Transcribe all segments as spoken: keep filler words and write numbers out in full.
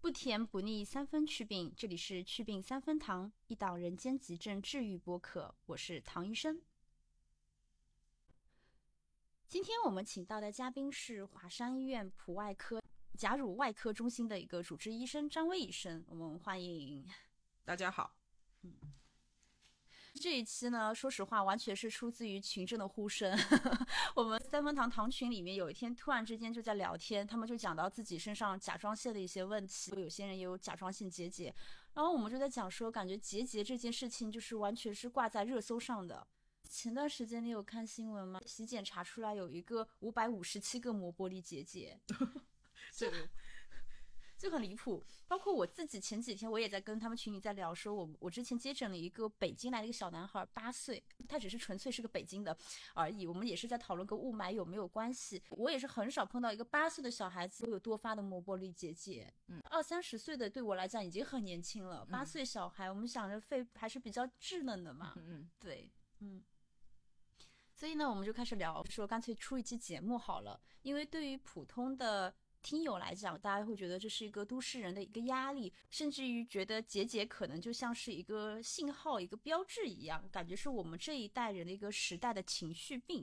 不甜不腻三分祛病，这里是祛病三分堂，一档人间急症治愈播客，我是唐医生。今天我们请到的嘉宾是华山医院普外科假乳外科中心的一个主治医生张薇医生，我们欢迎。 大家好。 嗯，这一期呢，说实话完全是出自于群众的呼声我们三分堂堂群里面有一天突然之间就在聊天，他们就讲到自己身上甲状腺的一些问题，有些人也有甲状腺结节，然后我们就在讲说感觉结节这件事情就是完全是挂在热搜上的。前段时间你有看新闻吗？洗检查出来有一个五百五十七个膜玻璃结节这个就很离谱。包括我自己前几天我也在跟他们群里在聊说，我我之前接诊了一个北京来的一个小男孩，八岁，他只是纯粹是个北京的而已，我们也是在讨论跟雾霾有没有关系。我也是很少碰到一个八岁的小孩子有多发的膜玻璃结节，嗯，二三十岁的对我来讲已经很年轻了，八岁小孩我们想着肺还是比较稚嫩的嘛，嗯，对，嗯。所以呢我们就开始聊说干脆出一期节目好了，因为对于普通的听友来讲，大家会觉得这是一个都市人的一个压力，甚至于觉得结节可能就像是一个信号一个标志一样，感觉是我们这一代人的一个时代的情绪病。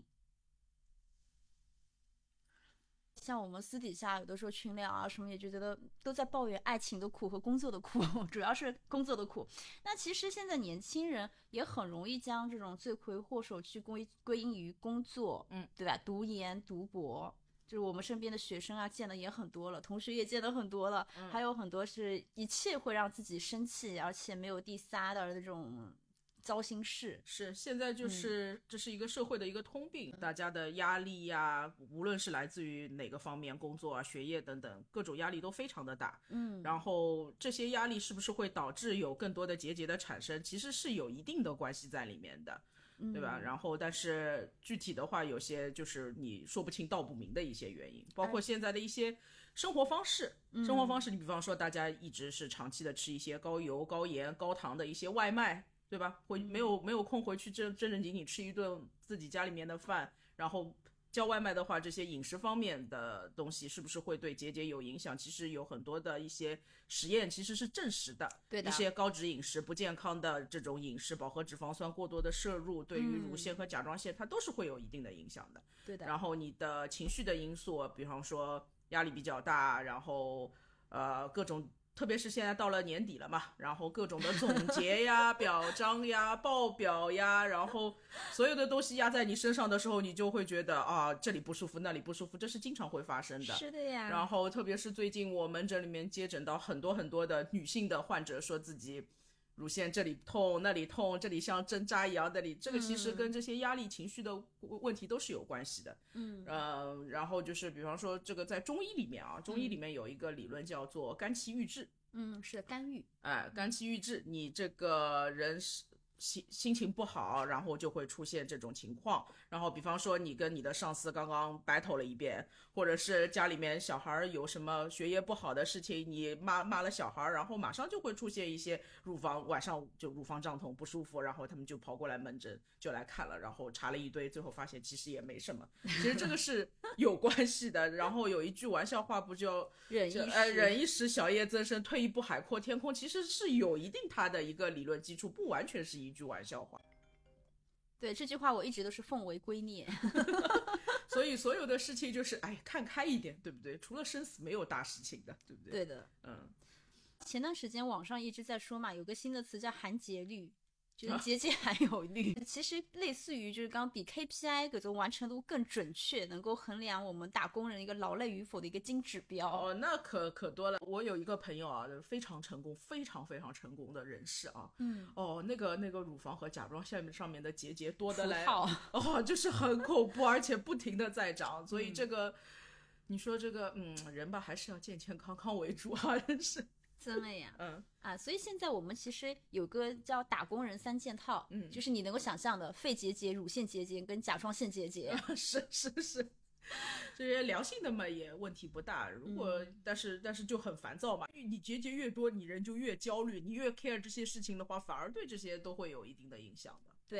像我们私底下有的时候群聊啊什么也觉得都在抱怨爱情的苦和工作的苦，主要是工作的苦。那其实现在年轻人也很容易将这种罪魁祸首去归归因于工作，嗯，对吧？读研读博，就是我们身边的学生啊见的也很多了，同学也见得很多了，嗯，还有很多是一切会让自己生气而且没有地撒的那种糟心事。 是现在就是、嗯、这是一个社会的一个通病，大家的压力呀，无论是来自于哪个方面，工作啊学业等等，各种压力都非常的大，嗯，然后这些压力是不是会导致有更多的结节的产生，其实是有一定的关系在里面的，对吧？嗯，然后但是具体的话有些就是你说不清道不明的一些原因，包括现在的一些生活方式、哎、生活方式你比方说大家一直是长期的吃一些高油高盐高糖的一些外卖，对吧？会没有没有空回去正正正经经吃一顿自己家里面的饭，然后叫外卖的话，这些饮食方面的东西是不是会对结节有影响？其实有很多的一些实验其实是证实的， 对的， 一些高脂饮食不健康的这种饮食，饱和脂肪酸过多的摄入，对于乳腺和甲状腺它都是会有一定的影响的。 对的。 然后你的情绪的因素，比方说压力比较大，然后呃各种。特别是现在到了年底了嘛，然后各种的总结呀表彰呀报表呀，然后所有的东西压在你身上的时候，你就会觉得啊这里不舒服那里不舒服，这是经常会发生的。 是的呀。 然后特别是最近我门诊里面接诊到很多很多的女性的患者说自己乳腺这里痛那里痛，这里像针扎一样，那里这个其实跟这些压力情绪的问题都是有关系的。嗯，呃，然后就是比方说这个在中医里面啊，中医里面有一个理论叫做肝气郁滞。 嗯，是肝郁。 哎，肝气郁滞，你这个人是心心情不好，然后就会出现这种情况。然后比方说你跟你的上司刚刚 battle 了一遍，或者是家里面小孩有什么学业不好的事情，你骂骂了小孩，然后马上就会出现一些乳房晚上就乳房胀痛不舒服，然后他们就跑过来门诊就来看了，然后查了一堆，最后发现其实也没什么，其实这个是有关系的。然后有一句玩笑话不就忍一时、 呃、忍一时小叶增生，退一步海阔天空，其实是有一定它的一个理论基础，不完全是一句玩笑话。 对，这句话我一直都是奉为圭臬所以所有的事情就是哎，看开一点，对不对？除了生死没有大事情的，对不对？ 对的。 嗯， 前段时间网上一直在说嘛，有个新的词叫含节率，就是节节含有率、啊、其实类似于就是刚刚比 K P I 各种完成度更准确，能够衡量我们打工人一个劳累与否的一个金指标。 哦，那可可多了。我有一个朋友啊，非常成功非常非常成功的人士啊，嗯，哦，那个那个乳房和甲状腺上面的结节多的来，哦，就是很恐怖而且不停的在长，所以这个、嗯、你说这个嗯，人吧还是要健健康康为主啊，真是真的呀。嗯啊，所以现在我们其实有个叫打工人三件套，嗯，就是你能够想象的肺结节、乳腺结节跟甲状腺结节。 是是是，这些良性的嘛也问题不大，如果、嗯、但是但是就很烦躁嘛，你结节越多，你人就越焦虑，你越 care 这些事情的话，反而对这些都会有一定的影响的。 对。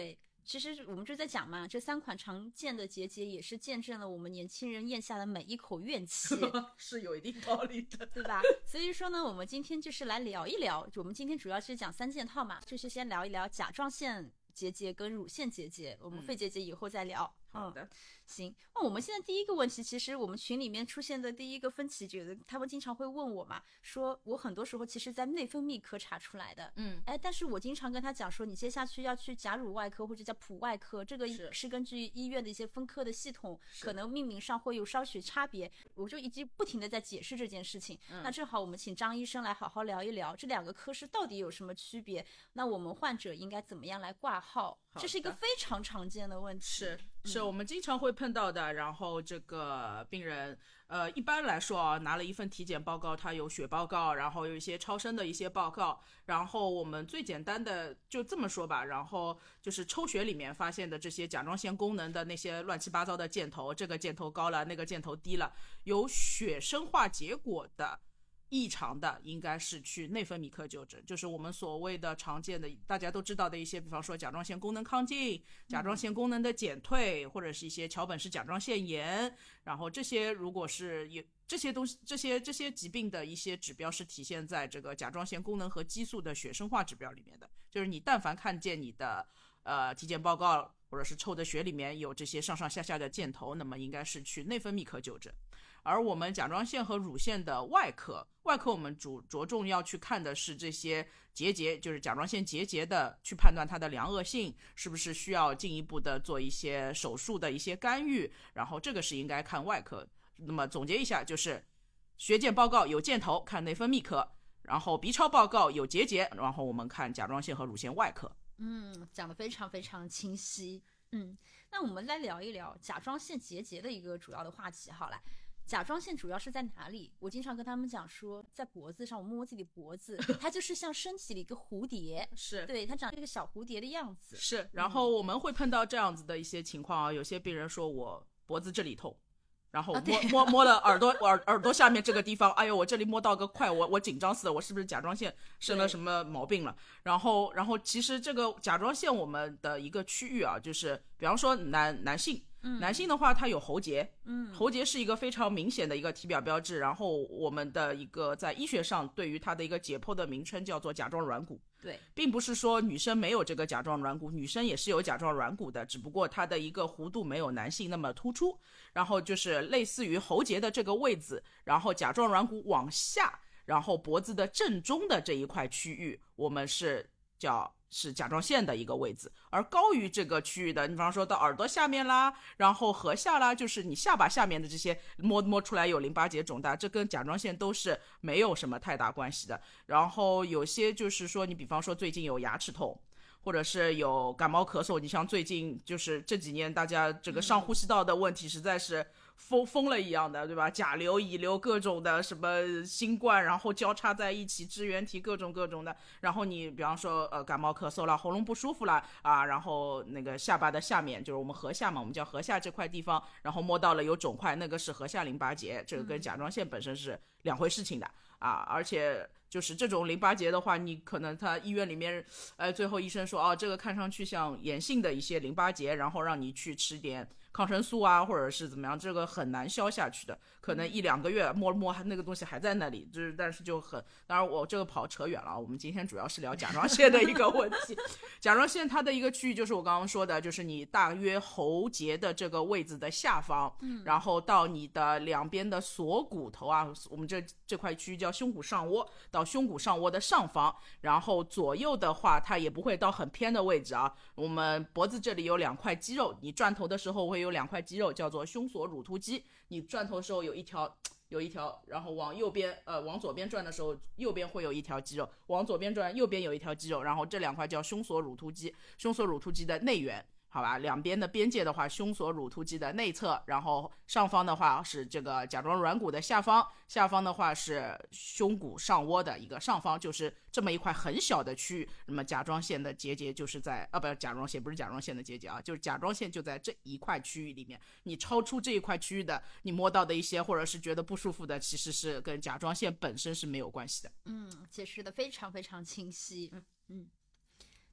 其实我们就在讲嘛，这三款常见的结节也是见证了我们年轻人咽下的每一口怨气是有一定道理的， 对吧？所以说呢，我们今天就是来聊一聊，我们今天主要是讲三件套嘛，就是先聊一聊甲状腺结节跟乳腺结节，我们肺结节以后再聊。 嗯、好的、嗯， 行。那我们现在第一个问题，其实我们群里面出现的第一个分歧，觉得他们经常会问我嘛，说我很多时候其实在内分泌科查出来的， 嗯， 哎，但是我经常跟他讲说，你接下去要去甲乳外科或者叫普外科，这个是根据医院的一些分科的系统，可能命名上会有稍许差别，我就一直不停的在解释这件事情。嗯、那正好我们请张医生来好好聊一聊这两个科室到底有什么区别，那我们患者应该怎么样来挂号，这是一个非常常见的问题。 是是、嗯、我们经常会碰到的。然后这个病人呃，一般来说啊，拿了一份体检报告，他有血报告，然后有一些超声的一些报告，然后我们最简单的就这么说吧，然后就是抽血里面发现的这些甲状腺功能的那些乱七八糟的箭头，这个箭头高了，那个箭头低了，有血生化结果的异常的，应该是去内分泌科就诊，就是我们所谓的常见的大家都知道的一些，比方说甲状腺功能亢进、甲状腺功能的减退，或者是一些桥本氏甲状腺炎，然后这些如果是有这些东西，这些这些疾病的一些指标是体现在这个甲状腺功能和激素的血生化指标里面的，就是你但凡看见你的呃体检报告或者是抽的血里面有这些上上下下的箭头，那么应该是去内分泌科就诊。而我们甲状腺和乳腺的外科，外科我们主着重要去看的是这些结节，就是甲状腺结节的，去判断它的良恶性，是不是需要进一步的做一些手术的一些干预，然后这个是应该看外科。那么总结一下，就是血检报告有箭头看内分泌科，然后 B 超报告有结节，然后我们看甲状腺和乳腺外科。 嗯，讲得非常非常清晰。嗯，那我们来聊一聊甲状腺结节的一个主要的话题好了。甲状腺主要是在哪里？我经常跟他们讲说，在脖子上，我摸摸自己的脖子，它就是像身体的一个蝴蝶， 是对，它长一个小蝴蝶的样子。 是，然后我们会碰到这样子的一些情况啊，有些病人说我脖子这里痛，然后摸、啊、摸摸了耳朵耳耳朵下面这个地方，哎呦，我这里摸到个快，我我紧张死了，我是不是甲状腺生了什么毛病了？然后然后其实这个甲状腺我们的一个区域啊，就是比方说男男性。嗯、男性的话它有喉结，嗯，喉结是一个非常明显的一个体表标志，然后我们的一个在医学上对于它的一个解剖的名称叫做甲状软骨。 对， 并不是说女生没有这个甲状软骨，女生也是有甲状软骨的，只不过它的一个弧度没有男性那么突出，然后就是类似于喉结的这个位置，然后甲状软骨往下，然后脖子的正中的这一块区域我们是叫是甲状腺的一个位置，而高于这个区域的，你比方说到耳朵下面啦，然后颌下啦，就是你下巴下面的这些摸摸出来有淋巴结肿大，这跟甲状腺都是没有什么太大关系的。然后有些就是说你比方说最近有牙齿痛，或者是有感冒咳嗽，你像最近就是这几年大家这个上呼吸道的问题实在是疯疯了一样的，对吧？甲流乙流各种的什么新冠，然后交叉在一起，支原体各种各种的，然后你比方说呃感冒咳嗽了，喉咙不舒服了啊，然后那个下巴的下面就是我们颌下嘛，我们叫颌下这块地方，然后摸到了有肿块，那个是颌下淋巴结，这个跟甲状腺本身是两回事情的啊，而且就是这种淋巴结的话，你可能他医院里面呃最后医生说哦，这个看上去像炎性的一些淋巴结，然后让你去吃点抗生素啊，或者是怎么样，这个很难消下去的，可能一两个月摸摸那个东西还在那里，就是但是就很，当然我这个跑扯远了，我们今天主要是聊甲状腺的一个问题。甲状腺它的一个区域就是我刚刚说的，就是你大约喉结的这个位置的下方，嗯，然后到你的两边的锁骨头啊，我们这这块区域叫胸骨上窝，到胸骨上窝的上方，然后左右的话它也不会到很偏的位置啊，我们脖子这里有两块肌肉，你转头的时候会有有两块肌肉叫做胸锁乳突肌，你转头的时候有一条有一条，然后往右边呃往左边转的时候右边会有一条肌肉，往左边转右边有一条肌肉，然后这两块叫胸锁乳突肌，胸锁乳突肌的内缘，好吧，两边的边界的话胸锁乳突肌的内侧，然后上方的话是这个甲状软骨的下方，下方的话是胸骨上窝的一个上方，就是这么一块很小的区域。那么甲状腺的结节就是在啊不甲状腺不是甲状腺的结节啊，就是甲状腺就在这一块区域里面，你超出这一块区域的，你摸到的一些或者是觉得不舒服的，其实是跟甲状腺本身是没有关系的。 嗯，解释的非常非常清晰。嗯嗯。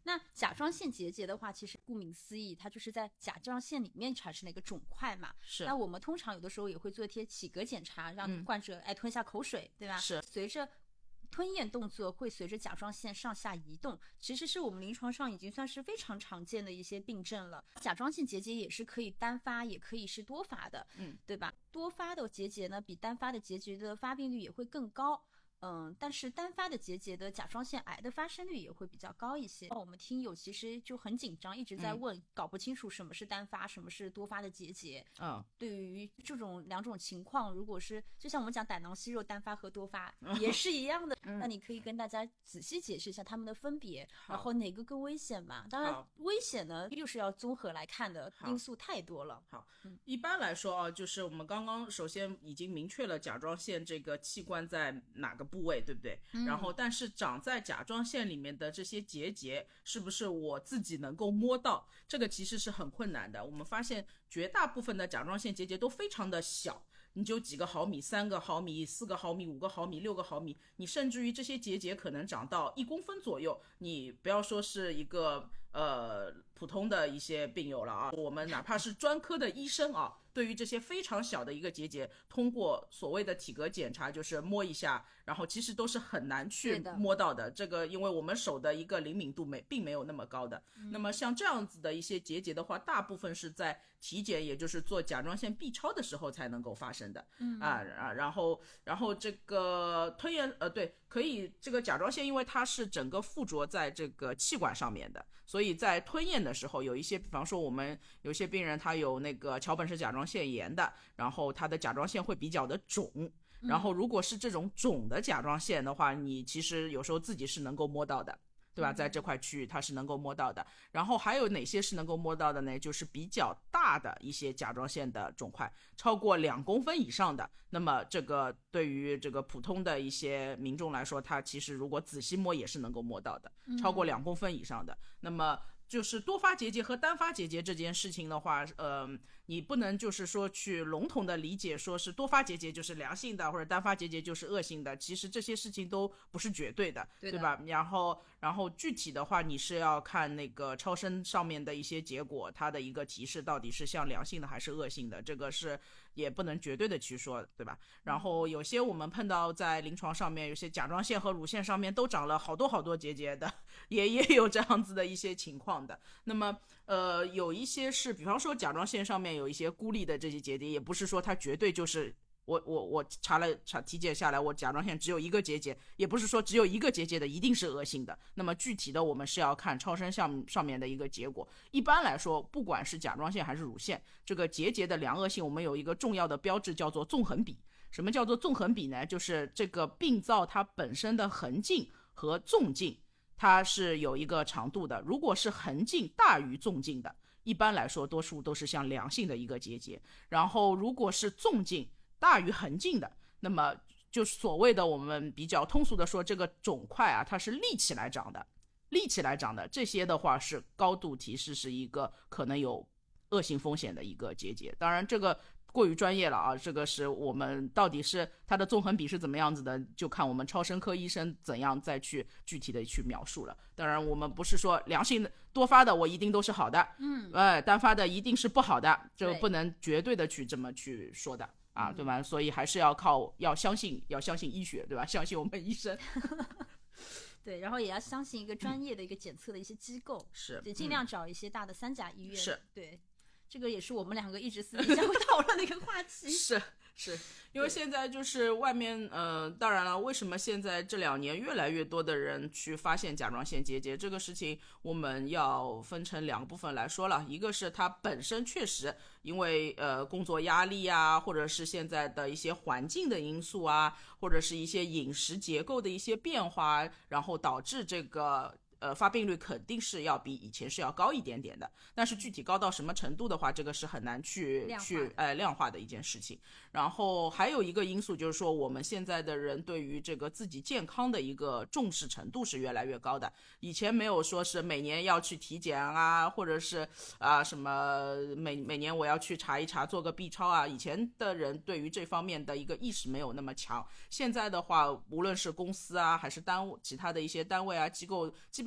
那甲状腺结节的话，其实顾名思义，它就是在甲状腺里面产生了一个肿块嘛。 是。 那我们通常有的时候也会做一些体格检查，让患者哎吞下口水，对吧？ 是。 随着吞咽动作会随着甲状腺上下移动，其实是我们临床上已经算是非常常见的一些病症了。甲状腺结节也是可以单发，也可以是多发的， 嗯， 对吧？多发的结节呢，比单发的结节的发病率也会更高。嗯，但是单发的结节的甲状腺癌的发生率也会比较高一些。我们听友其实就很紧张，一直在问、嗯、搞不清楚什么是单发什么是多发的结节。 嗯， 对于这种两种情况，如果是就像我们讲胆囊息肉单发和多发、嗯、也是一样的、嗯、那你可以跟大家仔细解释一下它们的分别，然后哪个更危险嘛？当然危险呢又是要综合来看的，因素太多了。 好、嗯、一般来说啊，就是我们刚刚首先已经明确了甲状腺这个器官在哪个部位，对不对、嗯、然后但是长在甲状腺里面的这些结节是不是我自己能够摸到，这个其实是很困难的。我们发现绝大部分的甲状腺结节都非常的小，你就几个毫米，三个毫米，四个毫米，五个毫米，六个毫米，你甚至于这些结节可能长到一公分左右，你不要说是一个呃普通的一些病友了啊，我们哪怕是专科的医生啊，对于这些非常小的一个结节，通过所谓的体格检查，就是摸一下，然后其实都是很难去摸到的。这个因为我们手的一个灵敏度没并没有那么高的、嗯、那么像这样子的一些结节的话，大部分是在体检，也就是做甲状腺 B 超的时候才能够发生的、嗯、啊啊，然后然后这个吞咽呃对，可以这个甲状腺因为它是整个附着在这个气管上面的，所以在吞咽的时候有一些，比方说我们有些病人他有那个桥本氏甲状腺炎的，然后他的甲状腺会比较的肿，然后如果是这种肿的甲状腺的话，你其实有时候自己是能够摸到的，对吧？在这块区域它是能够摸到的。然后还有哪些是能够摸到的呢？就是比较大的一些甲状腺的肿块，超过两公分以上的，那么这个对于这个普通的一些民众来说，它其实如果仔细摸也是能够摸到的，超过两公分以上的。那么就是多发结节和单发结节这件事情的话，呃，你不能就是说去笼统的理解说是多发结节就是良性的，或者单发结节就是恶性的，其实这些事情都不是绝对的， 对, 对吧？然后然后具体的话你是要看那个超声上面的一些结果，它的一个提示到底是像良性的还是恶性的，这个是也不能绝对的去说，对吧？然后有些我们碰到在临床上面，有些甲状腺和乳腺上面都长了好多好多结节的，也也有这样子的一些情况的。那么呃，有一些是比方说甲状腺上面有一些孤立的这些结节，也不是说它绝对就是我我我查了查体检下来我甲状腺只有一个结节，也不是说只有一个结节的一定是恶性的。那么具体的我们是要看超声上上面的一个结果。一般来说不管是甲状腺还是乳腺，这个结节的良恶性我们有一个重要的标志叫做纵横比。什么叫做纵横比呢？就是这个病灶它本身的横径和纵径它是有一个长度的，如果是横径大于纵径的，一般来说多数都是像良性的一个结节，然后如果是纵径大于横径的，那么就所谓的我们比较通俗的说这个肿块啊，它是立起来长的，立起来长的，这些的话是高度提示是一个可能有恶性风险的一个结节。当然这个过于专业了啊，这个是我们到底是它的纵横比是怎么样子的，就看我们超声科医生怎样再去具体的去描述了。当然我们不是说良性的多发的我一定都是好的，嗯，呃，单发的一定是不好的，这个不能绝对的去这么去说的啊，对吧？所以还是要靠要相信要相信医学，对吧？相信我们医生。 对，然后也要相信一个专业的一个检测的一些机构， 是， 对，尽量找一些大的三甲医院， 是， 对。这个也是我们两个一直私底下会讨论的一个话题。 是是，因为现在就是外面呃，当然了，为什么现在这两年越来越多的人去发现甲状腺结节这个事情，我们要分成两个部分来说了。一个是它本身确实因为呃工作压力啊，或者是现在的一些环境的因素啊，或者是一些饮食结构的一些变化，然后导致这个呃，发病率肯定是要比以前是要高一点点的，但是具体高到什么程度的话，这个是很难去去呃量化的一件事情。然后还有一个因素就是说，我们现在的人对于这个自己健康的一个重视程度是越来越高的。以前没有说是每年要去体检啊，或者是啊、呃、什么每每年我要去查一查做个 B 超啊，以前的人对于这方面的一个意识没有那么强。现在的话，无论是公司啊还是单位其他的一些单位啊机构，基本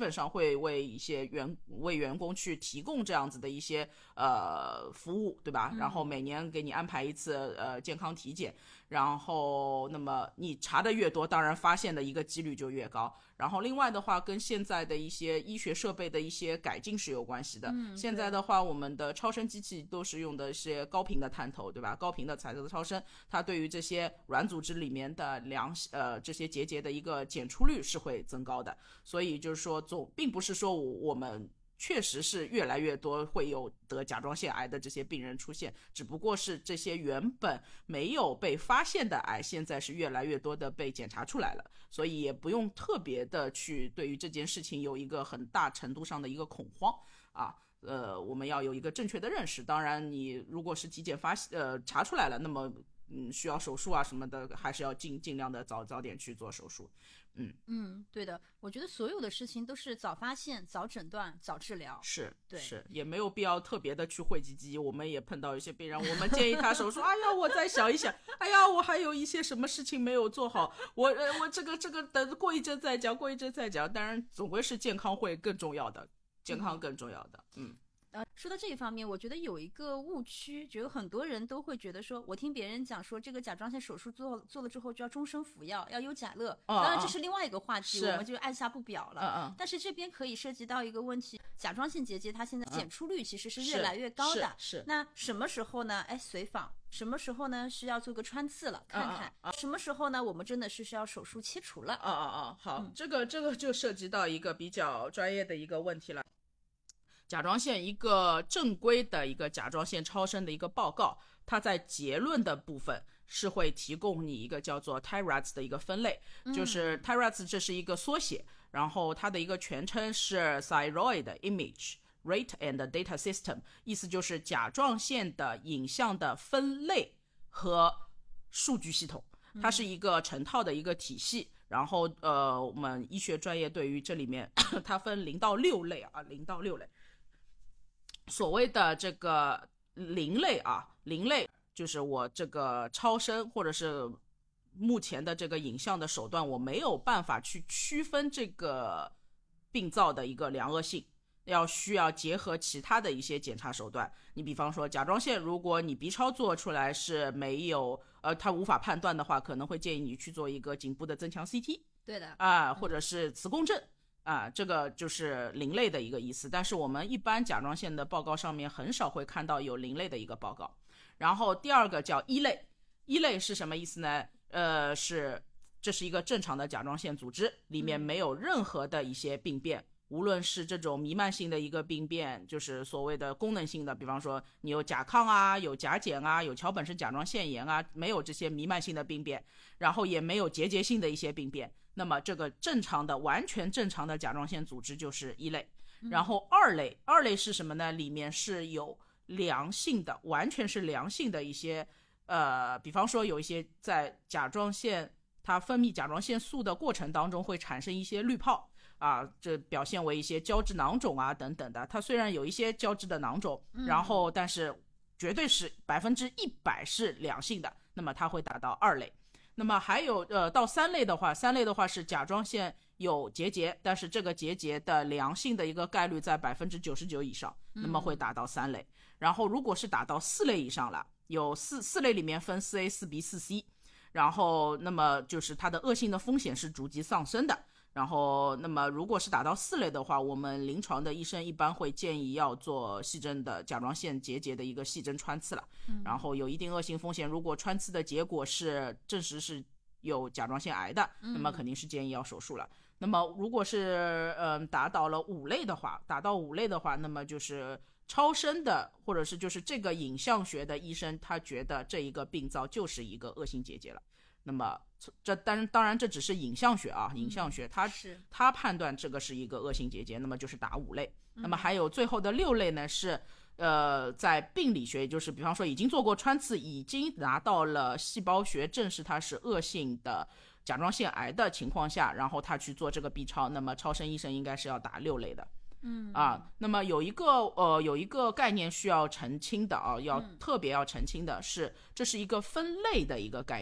本上会为一些员为员工去提供这样子的一些呃服务，对吧？然后每年给你安排一次呃健康体检，然后那么你查的越多，当然发现的一个几率就越高。然后另外的话，跟现在的一些医学设备的一些改进是有关系的。 嗯， 现在的话，我们的超声机器都是用的一些高频的探头，对吧？高频的彩色的超声，它对于这些软组织里面的良呃这些结节的一个检出率是会增高的。所以就是说，总并不是说我们确实是越来越多会有得甲状腺癌的这些病人出现，只不过是这些原本没有被发现的癌，现在是越来越多的被检查出来了，所以也不用特别的去对于这件事情有一个很大程度上的一个恐慌啊。呃，我们要有一个正确的认识。当然，你如果是体检发呃查出来了，那么嗯需要手术啊什么的，还是要尽尽量的早早点去做手术。嗯嗯，对的，我觉得所有的事情都是早发现、早诊断、早治疗。 是， 对， 是，也没有必要特别的去讳疾忌医。我们也碰到一些病人，我们建议他手术，哎呀，我再想一想，哎呀，我还有一些什么事情没有做好，我呃我这个这个等过一阵再讲，过一阵再讲。当然，总归是健康会更重要的，健康更重要的。嗯。 呃，说到这一方面，我觉得有一个误区，觉得很多人都会觉得说，我听别人讲说，这个甲状腺手术做做了之后就要终身服药，要优甲乐。 哦、 当然这是另外一个话题，我们就按下不表了。 嗯嗯。 但是这边可以涉及到一个问题，甲状腺结节它现在检出率其实是越来越高的。 嗯、是, 是, 是。 那什么时候呢？哎，随访。什么时候呢？需要做个穿刺了，看看。 嗯嗯、 什么时候呢？我们真的是需要手术切除了。 啊啊啊！好， 嗯、 这个这个就涉及到一个比较专业的一个问题了。甲状腺一个正规的一个甲状腺超声的一个报告，它在结论的部分是会提供你一个叫做 T I R A D S 的一个分类， 嗯、 就是 T I R A D S 这是一个缩写，然后它的一个全称是 Thyroid Image Rate and Data System， 意思就是甲状腺的影像的分类和数据系统，它是一个成套的一个体系。然后呃，我们医学专业对于这里面它分零到六类啊，零到六类。所谓的这个零类啊，零类就是我这个超声或者是目前的这个影像的手段，我没有办法去区分这个病灶的一个良恶性，要需要结合其他的一些检查手段。你比方说甲状腺，如果你 B 超做出来是没有呃，它无法判断的话，可能会建议你去做一个颈部的增强 C T。 对的啊，或者是磁共振。啊，这个就是零类的一个意思，但是我们一般甲状腺的报告上面很少会看到有零类的一个报告。然后第二个叫一类，一类是什么意思呢？呃，是这是一个正常的甲状腺组织，里面没有任何的一些病变，嗯、无论是这种弥漫性的一个病变，就是所谓的功能性的，比方说你有甲亢啊，有甲减啊，有桥本氏甲状腺炎啊，没有这些弥漫性的病变，然后也没有结节性的一些病变。那么这个正常的完全正常的甲状腺组织就是一类。然后二类，二类是什么呢？里面是有良性的，完全是良性的一些呃，比方说有一些在甲状腺它分泌甲状腺素的过程当中会产生一些滤泡啊，这表现为一些胶质囊肿啊等等的。它虽然有一些胶质的囊肿，然后但是绝对是百分之一百是良性的，那么它会达到二类。那么还有呃，到三类的话，三类的话是甲状腺有结节，但是这个结节的良性的一个概率在百分之九十九以上，那么会达到三类。嗯、然后如果是达到四类以上了，有四四类里面分四 A、四 B、四 C， 然后那么就是它的恶性的风险是逐级上升的。然后那么如果是达到四类的话，我们临床的医生一般会建议要做细针的甲状腺结节的一个细针穿刺了。嗯、然后有一定恶性风险，如果穿刺的结果是证实是有甲状腺癌的，那么肯定是建议要手术了。嗯、那么如果是嗯、呃、达到了五类的话，达到五类的话，那么就是超声的或者是就是这个影像学的医生他觉得这一个病灶就是一个恶性结节了。那么这当然当然这只是影像学啊，影像学他是他判断这个是一个恶性结节，那么就是打五类。那么还有最后的六类呢，是呃在病理学，也就是比方说已经做过穿刺，已经拿到了细胞学证实它是恶性的甲状腺癌的情况下，然后他去做这个 B 超，那么超声医生应该是要打六类的。 嗯啊，那么有一个呃有一个概念需要澄清的啊，要特别要澄清的是，这是一个分类的一个概念。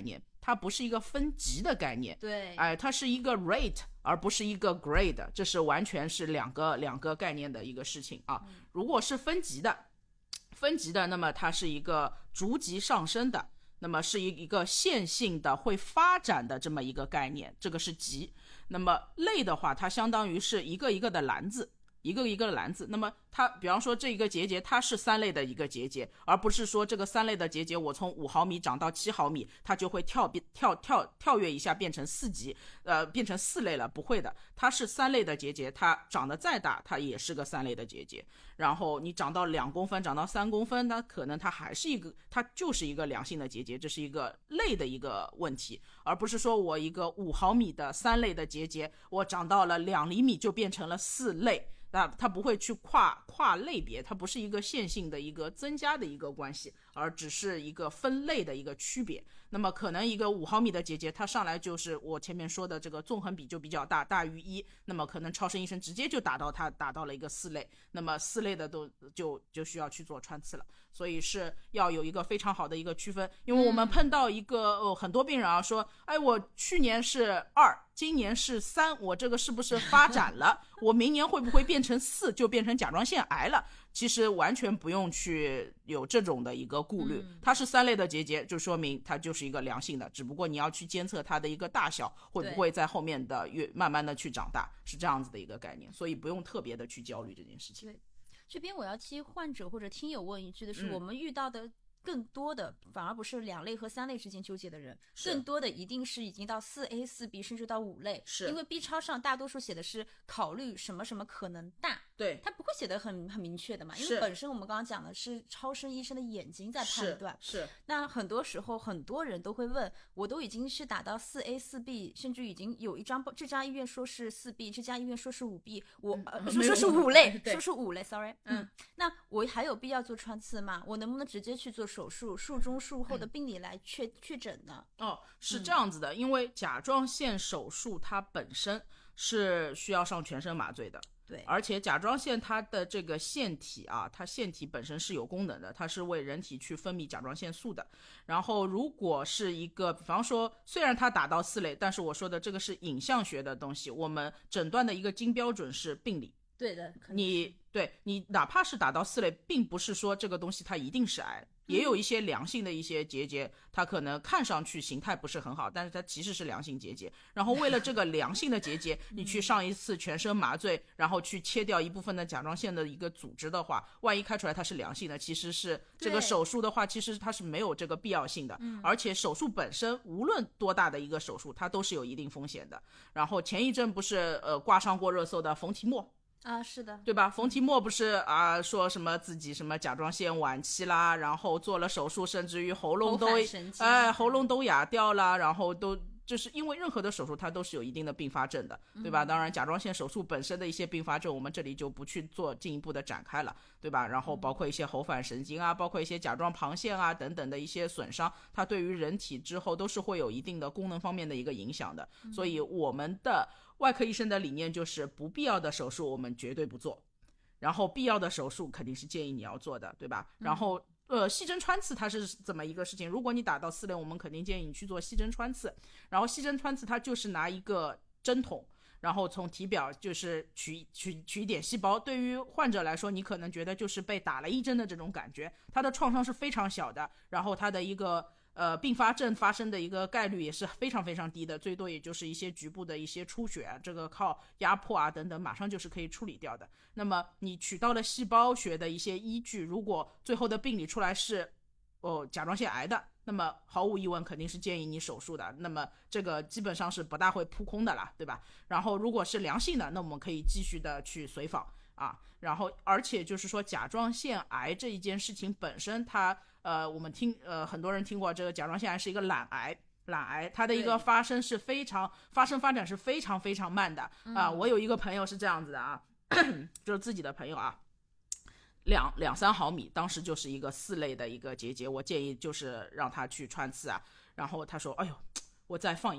它不是一个分级的概念， 对， 哎，它是一个 rate 而不是一个 grade， 这是完全是两个两个概念的一个事情啊。如果是分级的，分级的，那么它是一个逐级上升的，那么是一个线性的会发展的这么一个概念，这个是级。那么类的话，它相当于是一个一个的篮子，一个一个的篮子。那么它比方说这一个节节它是三类的一个节节，而不是说这个三类的节节我从五毫米长到七毫米它就会跳跳跳跳跃一下变成四级，呃变成四类了，不会的，它是三类的节节，它长得再大它也是个三类的节节。然后你长到两公分长到三公分，那可能它还是一个它就是一个良性的节节，这是一个类的一个问题，而不是说我一个五毫米的三类的节节我长到了两厘米就变成了四类，那它不会去跨跨类别，它不是一个线性的一个增加的一个关系，而只是一个分类的一个区别。那么可能一个五毫米的节节它上来就是我前面说的这个纵横比就比较大，大于一，那么可能超声医生直接就打到它打到了一个四类，那么四类的都就就需要去做穿刺了。所以是要有一个非常好的一个区分。因为我们碰到一个、呃、很多病人啊说，哎，我去年是二今年是三，我这个是不是发展了我明年会不会变成四就变成甲状腺癌了。其实完全不用去有这种的一个顾虑，它是三类的结节就说明它就是一个良性的，只不过你要去监测它的一个大小会不会在后面的越慢慢的去长大，是这样子的一个概念，所以不用特别的去焦虑这件事情。 对，这边我要替患者或者听友问一句的是、 嗯、 我们遇到的更多的反而不是两类和三类之间纠结的人，更多的一定是已经到四 A 四 B 甚至到五类， 是因为 B 超上大多数写的是考虑什么什么可能大， 对， 它不会写的很很明确的嘛，因为本身我们刚刚讲的是超声医生的眼睛在判断， 是, 是那很多时候很多人都会问，我都已经是打到四 A 四 B 甚至已经有一张这家医院说是四 B 这家医院说是五 B 我、 嗯呃、说说是五类说是五类 sorry 嗯, 嗯，那我还有必要做穿刺吗？我能不能直接去做手术，术中术后的病理来确确诊呢？ 哦，是这样子的、嗯、因为甲状腺手术它本身是需要上全身麻醉的， 对， 而且甲状腺它的这个腺体啊，它腺体本身是有功能的，它是为人体去分泌甲状腺素的。然后如果是一个比方说虽然它打到四类，但是我说的这个是影像学的东西，我们诊断的一个金标准是病理。 对的， 你对你哪怕是打到四类，并不是说这个东西它一定是癌，也有一些良性的一些结节，它可能看上去形态不是很好，但是它其实是良性结节。然后为了这个良性的结节，你去上一次全身麻醉，然后去切掉一部分的甲状腺的一个组织的话，万一开出来它是良性的，其实是这个手术的话，其实它是没有这个必要性的。而且手术本身无论多大的一个手术，它都是有一定风险的。然后前一阵不是呃挂上过热搜的冯提莫。 啊，是的， 对吧？冯提莫不是啊说什么自己什么甲状腺晚期啦，然后做了手术，甚至于喉咙都哎喉咙都哑掉了，然后都就是因为任何的手术它都是有一定的并发症的，对吧？嗯、当然甲状腺手术本身的一些并发症我们这里就不去做进一步的展开了，对吧？然后包括一些喉返神经啊，包括一些甲状旁腺啊等等的一些损伤，它对于人体之后都是会有一定的功能方面的一个影响的。嗯、所以我们的外科医生的理念就是不必要的手术我们绝对不做，然后必要的手术肯定是建议你要做的，对吧？然后呃，细针穿刺它是怎么一个事情？如果你打到四类，我们肯定建议你去做细针穿刺。然后细针穿刺它就是拿一个针筒，然后从体表就是取取取一点细胞。对于患者来说，你可能觉得就是被打了一针的这种感觉，它的创伤是非常小的，然后它的一个呃，并发症发生的一个概率也是非常非常低的，最多也就是一些局部的一些出血，这个靠压迫啊等等，马上就是可以处理掉的。那么你取到了细胞学的一些依据，如果最后的病理出来是哦甲状腺癌的，那么毫无疑问肯定是建议你手术的，那么这个基本上是不大会扑空的啦，对吧？然后如果是良性的，那我们可以继续的去随访啊。然后而且就是说甲状腺癌这一件事情本身它呃，我们听呃很多人听过这个甲状腺癌是一个懒癌，懒癌它的一个发生是非常发生发展是非常非常慢的啊、呃嗯。我有一个朋友是这样子的啊，就是自己的朋友啊，两两三毫米，当时就是一个四类的一个结节，我建议就是让他去穿刺啊，然后他说，哎呦，我再放一放。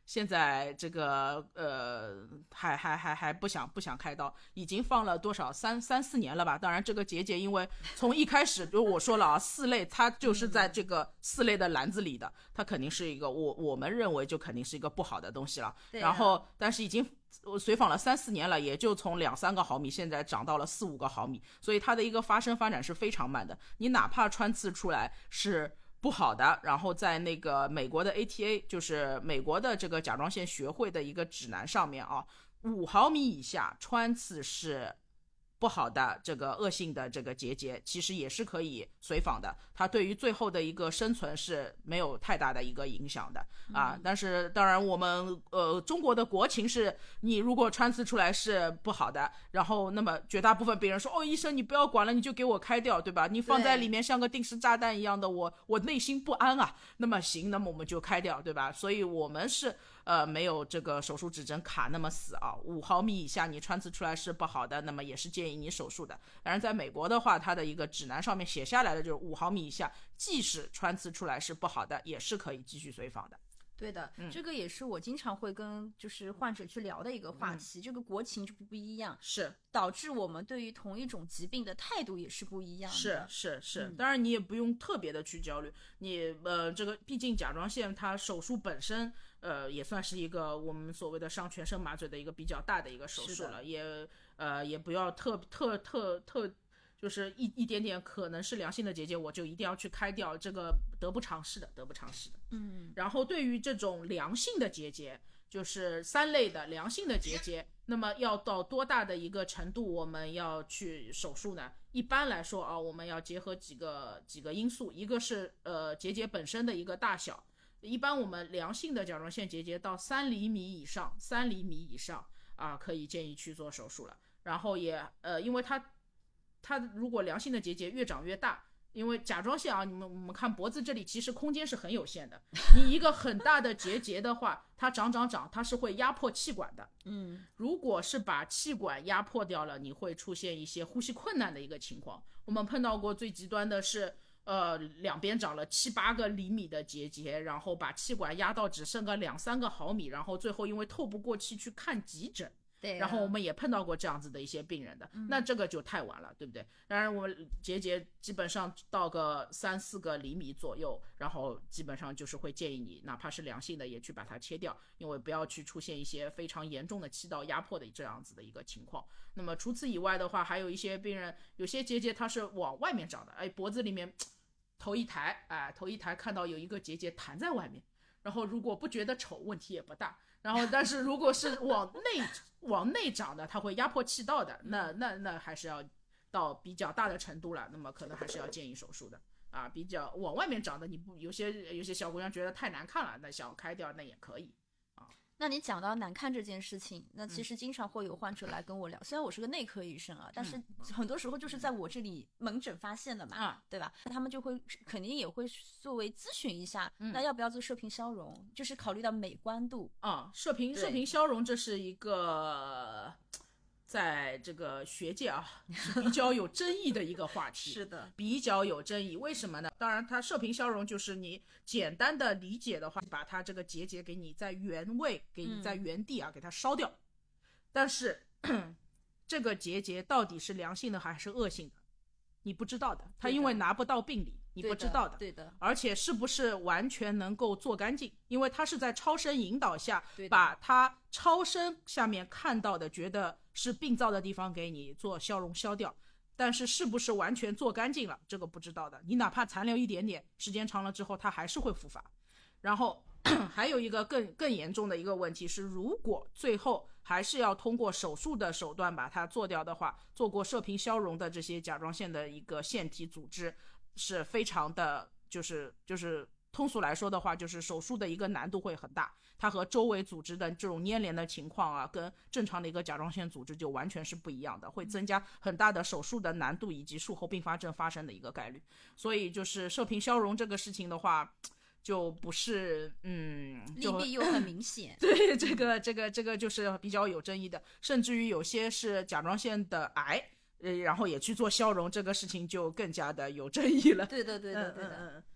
现在这个呃还还还还不想不想开刀，已经放了多少三三四年了吧？当然这个结节因为从一开始就我说了啊，四类它就是在这个四类的篮子里的，它肯定是一个我我们认为就肯定是一个不好的东西了。 对啊、 然后但是已经随访了三四年了，也就从两三个毫米现在长到了四五个毫米，所以它的一个发生发展是非常慢的。你哪怕穿刺出来是不好的，然后在那个美国的 A T A 就是美国的这个甲状腺学会的一个指南上面啊，五毫米以下穿刺是不好的这个恶性的这个结节，其实也是可以随访的，它对于最后的一个生存是没有太大的一个影响的啊。但是当然我们呃中国的国情是，你如果穿刺出来是不好的，然后那么绝大部分病人说，哦医生你不要管了，你就给我开掉，对吧？你放在里面像个定时炸弹一样的，我我内心不安啊。那么行，那么我们就开掉，对吧？所以我们是呃没有这个手术指针卡那么死啊，五毫米以下你穿刺出来是不好的，那么也是建议你手术的。当然在美国的话，它的一个指南上面写下来的就是五毫米以下，即使穿刺出来是不好的，也是可以继续随访的。 对的、 嗯， 这个也是我经常会跟就是患者去聊的一个话题、嗯、这个国情就不一样， 是导致我们对于同一种疾病的态度也是不一样的。 是是是、 嗯、 当然你也不用特别的去焦虑，你呃这个毕竟甲状腺它手术本身呃也算是一个我们所谓的上全身麻醉的一个比较大的一个手术了，也呃也不要特特特特就是一一点点可能是良性的结节我就一定要去开掉，这个得不偿失的得不偿失的。 嗯， 然后对于这种良性的结节，就是三类的良性的结节，那么要到多大的一个程度我们要去手术呢？一般来说啊，我们要结合几个几个因素，一个是呃结节本身的一个大小，一般我们良性的甲状腺结节到三厘米以上，三厘米以上啊，可以建议去做手术了。然后也呃，因为它它如果良性的结节越长越大，因为甲状腺啊，你们我们看脖子这里其实空间是很有限的，你一个很大的结节的话，它长长长，它是会压迫气管的。 嗯， 如果是把气管压迫掉了，你会出现一些呼吸困难的一个情况。我们碰到过最极端的是，呃，两边长了七八个厘米的结节，然后把气管压到只剩个两三个毫米，然后最后因为透不过气去看急诊。 对、啊， 然后我们也碰到过这样子的一些病人的、嗯、那这个就太晚了，对不对？当然我们结节基本上到个三四个厘米左右，然后基本上就是会建议你哪怕是良性的也去把它切掉，因为不要去出现一些非常严重的气道压迫的这样子的一个情况。那么除此以外的话，还有一些病人有些结节它是往外面长的，哎，脖子里面头一抬，哎，头一抬看到有一个结节弹在外面，然后如果不觉得丑问题也不大，然后但是如果是往内往内长的，它会压迫气道的，那那那还是要到比较大的程度了，那么可能还是要建议手术的啊。比较往外面长的，你不有些有些小姑娘觉得太难看了，那想开掉那也可以啊。 那你讲到难看这件事情，那其实经常会有患者来跟我聊、嗯、虽然我是个内科医生啊，但是很多时候就是在我这里门诊发现的嘛、嗯、对吧？他们就会肯定也会作为咨询一下、嗯、那要不要做射频消融，就是考虑到美观度啊、嗯。射频射频消融这是一个在这个学界啊是比较有争议的一个话题是的， 比较有争议。为什么呢？当然它射频消融就是你简单的理解的话，把它这个结节给你在原位给你在原地啊、嗯、给它烧掉，但是这个结节到底是良性的还是恶性的你不知道的，它因为拿不到病理你不知道的， 对的， 而且是不是完全能够做干净，因为它是在超声引导下把它超声下面看到的觉得是病灶的地方给你做消融消掉，但是是不是完全做干净了这个不知道的，你哪怕残留一点点时间长了之后它还是会复发。然后还有一个更更严重的一个问题是，如果最后还是要通过手术的手段把它做掉的话，做过射频消融的这些甲状腺的一个腺体组织是非常的就是就是通俗来说的话，就是手术的一个难度会很大，它和周围组织的这种粘连的情况啊，跟正常的一个甲状腺组织就完全是不一样的，会增加很大的手术的难度以及术后并发症发生的一个概率。所以就是射频消融这个事情的话就不是嗯利弊又很明显对，这个这个这个就是比较有争议的，甚至于有些是甲状腺的癌然后也去做消融，这个事情就更加的有争议了。 对的对的对的、嗯嗯嗯、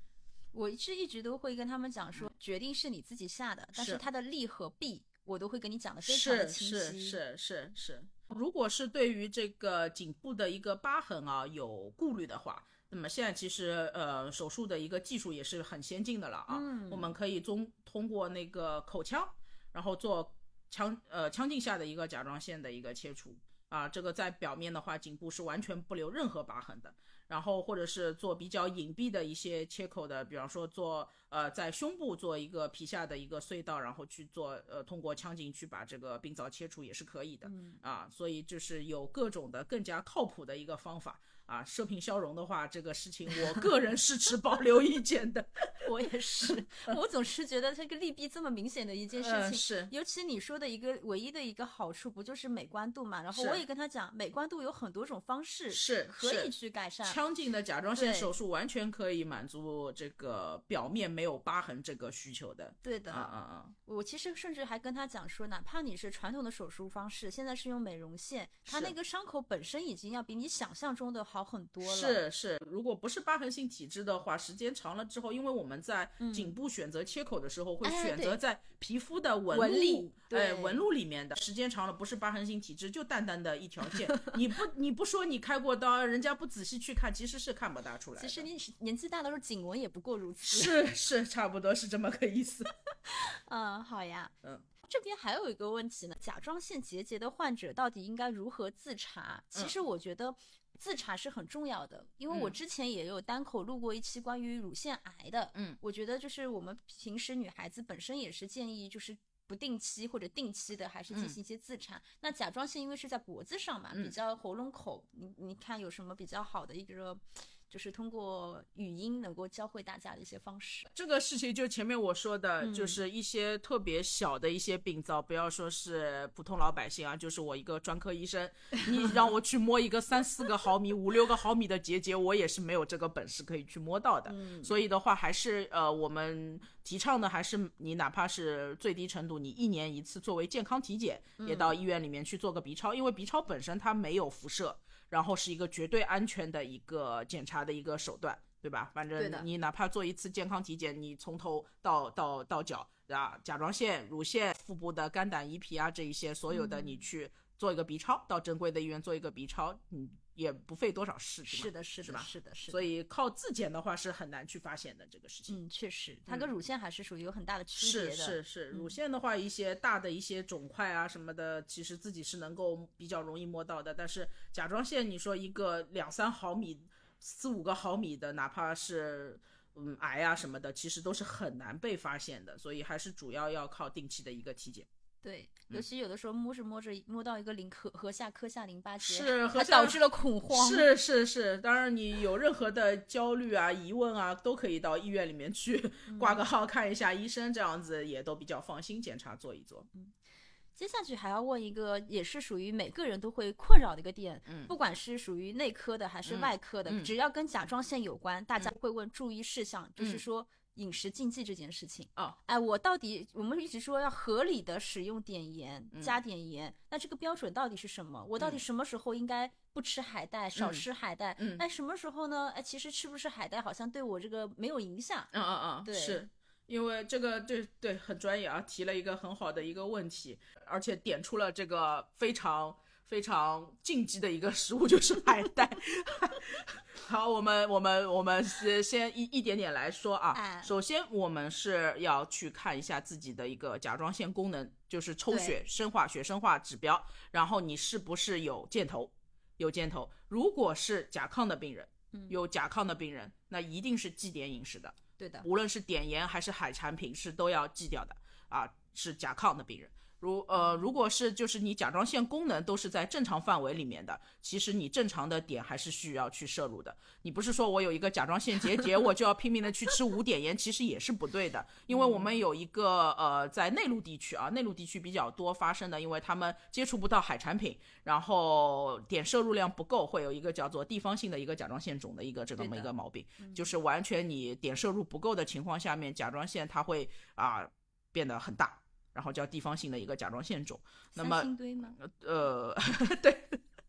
我是一直都会跟他们讲说，决定是你自己下的，但是它的利和弊我都会跟你讲的非常的清晰。 是是是是。如果是对于这个颈部的一个疤痕啊有顾虑的话，那么现在其实呃手术的一个技术也是很先进的了啊。嗯，我们可以中通过那个口腔，然后做腔呃腔镜下的一个甲状腺的一个切除啊，这个在表面的话，颈部是完全不留任何疤痕的。然后或者是做比较隐蔽的一些切口的，比方说做呃在胸部做一个皮下的一个隧道，然后去做呃通过腔镜去把这个病灶切除也是可以的、嗯、啊，所以就是有各种的更加靠谱的一个方法啊。射频消融的话，这个事情我个人是持保留意见的。 我也是，我总是觉得这个利弊这么明显的一件事情、 呃、是， 尤其你说的一个唯一的一个好处不就是美观度嘛，然后我也跟他讲美观度有很多种方式是可以去改善。 腔镜的甲状腺手术完全可以满足这个表面没有疤痕这个需求的。 对的， 啊啊啊！ 我其实甚至还跟他讲说，哪怕你是传统的手术方式，现在是用美容线，它那个伤口本身已经要比你想象中的好很多了。 是是，如果不是疤痕性体质的话，时间长了之后，因为我们在颈部选择切口的时候、嗯、会选择在皮肤的纹路、 纹理哎纹路里面的，时间长了不是疤痕性体质，就淡淡的一条线，你不你不说你开过刀，人家不仔细去看，其实是看不大出来的。 其实你年纪大的时候颈纹也不过如此。 是是，差不多是这么个意思。 嗯，好呀。 嗯。 这边还有一个问题呢，甲状腺结节的患者到底应该如何自查？其实我觉得自查是很重要的，因为我之前也有单口录过一期关于乳腺癌的。嗯，我觉得就是我们平时女孩子本身也是建议就是不定期或者定期的还是进行一些自查、嗯、那甲状腺因为是在脖子上嘛、嗯、比较喉咙口，你你看有什么比较好的一个就是通过语音能够教会大家的一些方式？ 这个事情就前面我说的、嗯、就是一些特别小的一些病灶，不要说是普通老百姓啊，就是我一个专科医生，你让我去摸一个三四个毫米五六个毫米的结节，我也是没有这个本事可以去摸到的、嗯、所以的话还是呃我们提倡的还是你哪怕是最低程度你一年一次作为健康体检、嗯、也到医院里面去做个 B 超，因为 B 超本身它没有辐射，然后是一个绝对安全的一个检查的一个手段，对吧？反正你哪怕做一次健康体检，你从头到到到脚啊，甲状腺、乳腺、腹部的肝胆胰脾啊这一些所有的，你去做一个 B 超、嗯、到正规的医院做一个 B 超，嗯，也不费多少事情。 是的是的是吧？ 是的是的。 所以靠自检的话是很难去发现的这个事情。 嗯，确实它跟乳腺还是属于有很大的区别的。 是是是，乳腺的话一些大的一些肿块啊什么的其实自己是能够比较容易摸到的，但是甲状腺你说一个两三毫米四五个毫米的，哪怕是嗯癌啊什么的，其实都是很难被发现的，所以还是主要要靠定期的一个体检。 对，尤其有的时候摸着摸着摸到一个零颌颌下颌下淋巴结， 是还导致了恐慌。 是是是，当然你有任何的焦虑啊疑问啊都可以到医院里面去挂个号看一下医生、嗯、这样子也都比较放心，检查做一做。 嗯，接下去还要问一个也是属于每个人都会困扰的一个点、嗯、不管是属于内科的还是外科的、嗯、只要跟甲状腺有关、嗯、大家会问注意事项、嗯、就是说饮食禁忌这件事情。 哦， 哎，我到底我们一直说要合理的使用碘盐、嗯、加碘盐，那这个标准到底是什么？我到底什么时候应该不吃海带、嗯、少吃海带？嗯，哎，什么时候呢？哎，其实吃不吃海带好像对我这个没有影响。 嗯嗯嗯， 对， 是。因为这个对对很专业啊，提了一个很好的一个问题，而且点出了这个非常非常禁忌的一个食物，就是海带。好，我们我们我们先一一点点来说啊。首先我们是要去看一下自己的一个甲状腺功能，就是抽血生化血生化指标，然后你是不是有箭头有箭头。如果是甲亢的病人，有甲亢的病人，那一定是忌碘饮食的。 对的， 无论是碘盐还是海产品是都要忌掉的啊，是甲亢的病人。如呃，如果是就是你甲状腺功能都是在正常范围里面的，其实你正常的碘还是需要去摄入的。你不是说我有一个甲状腺结节我就要拼命的去吃无碘盐，其实也是不对的。因为我们有一个呃，在内陆地区啊，内陆地区比较多发生的，因为他们接触不到海产品，然后碘摄入量不够，会有一个叫做地方性的一个甲状腺肿的一个这么一个毛病，就是完全你碘摄入不够的情况下面，甲状腺它会啊、呃、变得很大。然后叫地方性的一个甲状腺肿。那么三星堆吗？ 呃对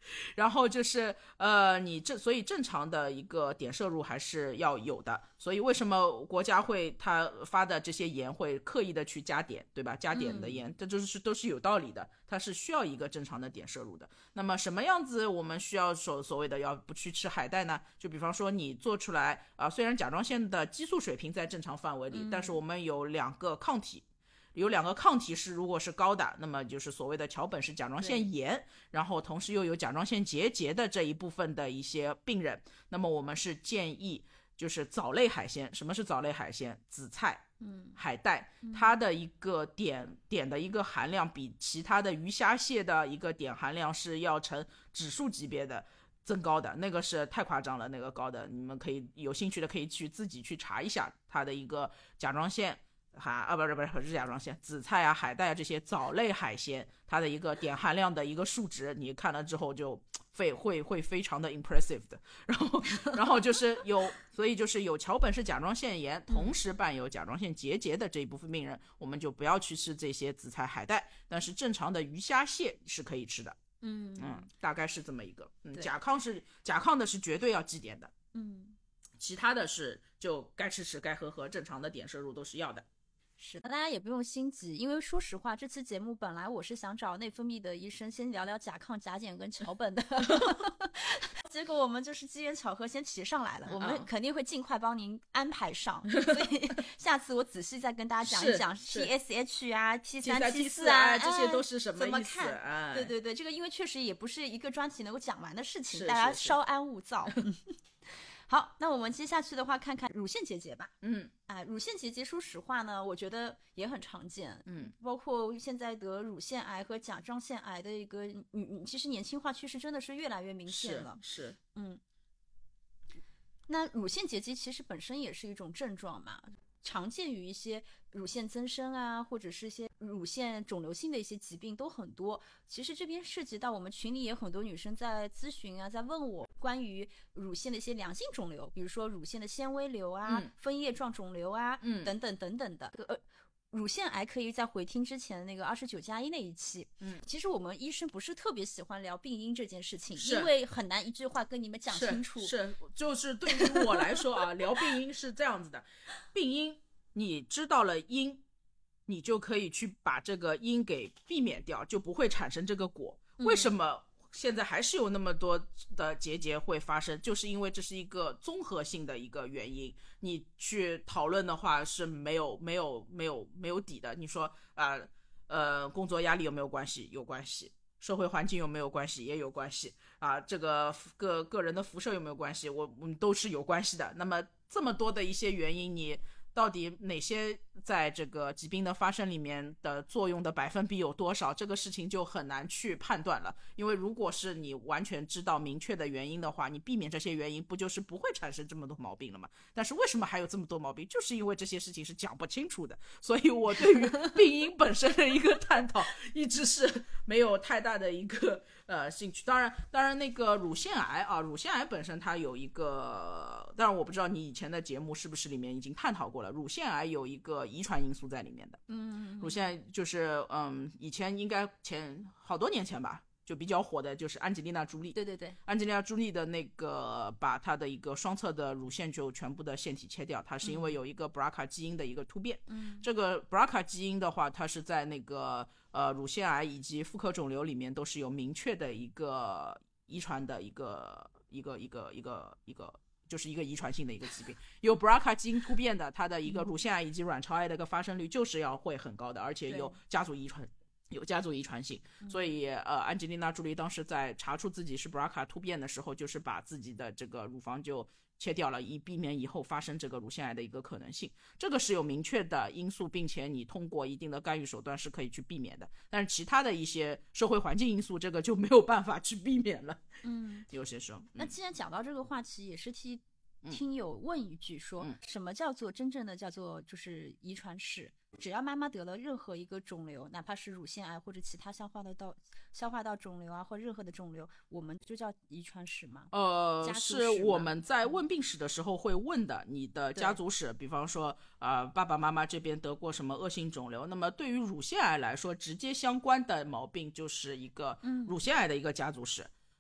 然后就是呃，你正所以正常的一个碘摄入还是要有的，所以为什么国家会他发的这些盐会刻意的去加碘，对吧？加碘的盐，嗯、这就是都是有道理的，它是需要一个正常的碘摄入的。那么什么样子我们需要所所谓的要不去吃海带呢？就比方说你做出来啊、呃，虽然甲状腺的激素水平在正常范围里，嗯、但是我们有两个抗体。有两个抗体是如果是高的，那么就是所谓的桥本氏甲状腺炎，然后同时又有甲状腺结节的这一部分的一些病人，那么我们是建议就是藻类海鲜。什么是藻类海鲜？紫菜、嗯、海带，它的一个碘碘的一个含量比其他的鱼虾蟹的一个碘含量是要成指数级别的增高的，那个是太夸张了，那个高的你们可以有兴趣的可以去自己去查一下它的一个甲状腺海啊，不是不是不是甲状腺，紫菜啊、海带啊这些藻类海鲜，它的一个碘含量的一个数值，你看了之后就会会会非常的 impressive 的。然后然后就是有，所以就是有桥本氏甲状腺炎，同时伴有甲状腺结节的这一部分病人，嗯、我们就不要去吃这些紫菜、海带，但是正常的鱼虾蟹是可以吃的。嗯嗯，大概是这么一个。嗯，甲亢是甲亢的是绝对要忌碘的。嗯，其他的是就该吃吃该喝喝，正常的碘摄入都是要的。 是，大家也不用心急，因为说实话，这期节目本来我是想找内分泌的医生先聊聊甲亢、甲减跟桥本的，结果我们就是机缘巧合先提上来了，我们肯定会尽快帮您安排上，所以下次我仔细再跟大家讲一讲 T S H 啊、T 三 T 四啊， 这些都是什么意思？ 怎么看？ 哎、 对对对，这个因为确实也不是一个专题能够讲完的事情，大家稍安勿躁。好，那我们接下去的话，看看乳腺结节吧。嗯，啊，乳腺结节，说实话呢，我觉得也很常见。嗯，包括现在得乳腺癌和甲状腺癌的一个，嗯嗯，其实年轻化趋势真的是越来越明显了。 是，是嗯。那乳腺结节其实本身也是一种症状嘛，常见于一些乳腺增生啊，或者是一些乳腺肿瘤性的一些疾病都很多。其实这边涉及到我们群里也很多女生在咨询啊，在问我关于乳腺的一些良性肿瘤，比如说乳腺的纤维瘤啊、嗯、分叶状肿瘤啊、嗯、等等等等的。呃，乳腺癌可以在回听之前那个二十九加一那一期。嗯，其实我们医生不是特别喜欢聊病因这件事情，因为很难一句话跟你们讲清楚。 是，是就是对于我来说啊，聊病因是这样子的，病因你知道了因，你就可以去把这个因给避免掉，就不会产生这个果。为什么现在还是有那么多的结节会发生？就是因为这是一个综合性的一个原因，你去讨论的话是没有没有没有没有底的。你说啊 呃, 呃工作压力有没有关系？有关系。社会环境有没有关系？也有关系啊。这个个个人的辐射有没有关系？我我们都是有关系的。那么这么多的一些原因，你到底哪些在这个疾病的发生里面的作用的百分比有多少，这个事情就很难去判断了。因为如果是你完全知道明确的原因的话，你避免这些原因，不就是不会产生这么多毛病了吗？但是为什么还有这么多毛病？就是因为这些事情是讲不清楚的。所以我对于病因本身的一个探讨一直是没有太大的一个呃兴趣。当然当然那个乳腺癌啊，乳腺癌本身它有一个，当然我不知道你以前的节目是不是里面已经探讨过了，乳腺癌有一个遗传因素在里面的。嗯，乳腺就是嗯，以前应该前好多年前吧，就比较火的就是安吉丽娜朱莉。 对对对， 安吉丽娜朱莉的那个把她的一个双侧的乳腺就全部的腺体切掉，它是因为有一个 B R C A 基因的一个突变。嗯，这个 B R C A 基因的话，它是在那个呃乳腺癌以及妇科肿瘤里面都是有明确的一个遗传的一个一个一个一个一个。就是一个遗传性的一个疾病，有 B R C A 基因突变的，它的一个乳腺癌以及卵巢癌的一个发生率就是要会很高的，而且有家族遗传，有家族遗传性。所以呃，安吉丽娜朱莉当时在查出自己是 B R C A 突变的时候，就是把自己的这个乳房就切掉了，以避免以后发生这个乳腺癌的一个可能性。这个是有明确的因素，并且你通过一定的干预手段是可以去避免的。但是其他的一些社会环境因素，这个就没有办法去避免了。嗯，有些时候。嗯、 那既然讲到这个话题，也是替听友问一句说，嗯、什么叫做真正的叫做就是遗传史？只要妈妈得了任何一个肿瘤，哪怕是乳腺癌或者其他消化道消化道肿瘤啊，或任何的肿瘤，我们就叫遗传史吗？ 呃，是我们在问病史的时候会问的，你的家族史，比方说啊、呃，爸爸妈妈这边得过什么恶性肿瘤。那么对于乳腺癌来说，直接相关的毛病就是一个乳腺癌的一个家族史。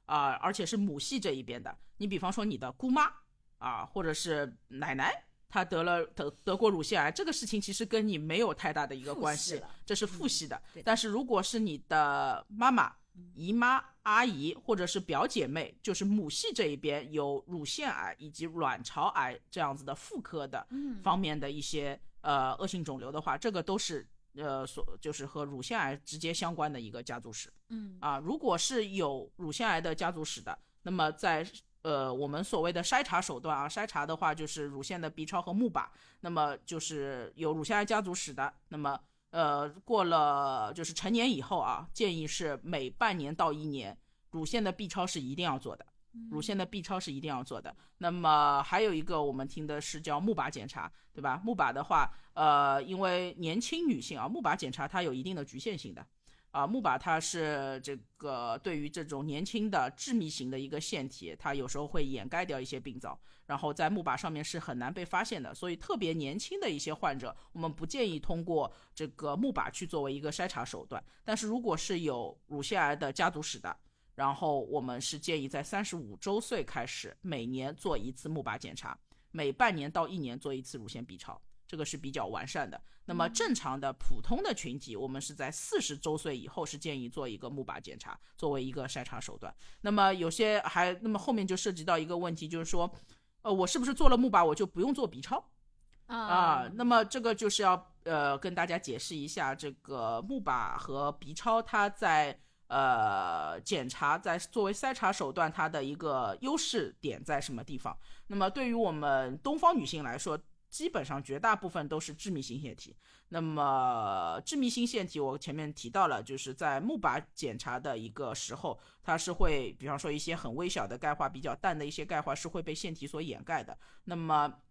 啊、呃，而且是母系这一边的，你比方说你的姑妈啊、呃，或者是奶奶，她得了得得过乳腺癌，这个事情其实跟你没有太大的一个关系，这是父系的、嗯、但是如果是你的妈妈、姨妈、阿姨或者是表姐妹，就是母系这一边有乳腺癌以及卵巢癌这样子的妇科的方面的一些、嗯、呃恶性肿瘤的话，这个都是呃所就是和乳腺癌直接相关的一个家族史。 嗯啊，如果是有乳腺癌的家族史的，那么在呃我们所谓的筛查手段啊，筛查的话就是乳腺的 B 超和钼靶，那么就是有乳腺癌家族史的，那么呃过了就是成年以后啊，建议是每半年到一年乳腺的 B 超是一定要做的，乳腺的 B 超是一定要做的。那么还有一个我们听的是叫钼靶检查，对吧？钼靶的话呃因为年轻女性啊，钼靶检查它有一定的局限性的啊，钼靶它是这个对于这种年轻的致密型的一个腺体，它有时候会掩盖掉一些病灶，然后在钼靶上面是很难被发现的，所以特别年轻的一些患者，我们不建议通过这个钼靶去作为一个筛查手段。但是如果是有乳腺癌的家族史的，然后我们是建议在三十五周岁开始每年做一次钼靶检查，每半年到一年做一次乳腺 B 超，这个是比较完善的。那么正常的普通的群体，我们是在四十周岁以后是建议做一个钼靶检查作为一个筛查手段。那么有些还那么后面就涉及到一个问题，就是说呃，我是不是做了钼靶我就不用做 B 超啊、呃？那么这个就是要呃跟大家解释一下，这个钼靶和 B 超它在呃检查在作为筛查手段它的一个优势点在什么地方。那么对于我们东方女性来说，基本上绝大部分都是致密性腺体。那么致密性腺体我前面提到了，就是在钼靶检查的一个时候，它是会比方说一些很微小的钙化，比较淡的一些钙化是会被腺体所掩盖的。那么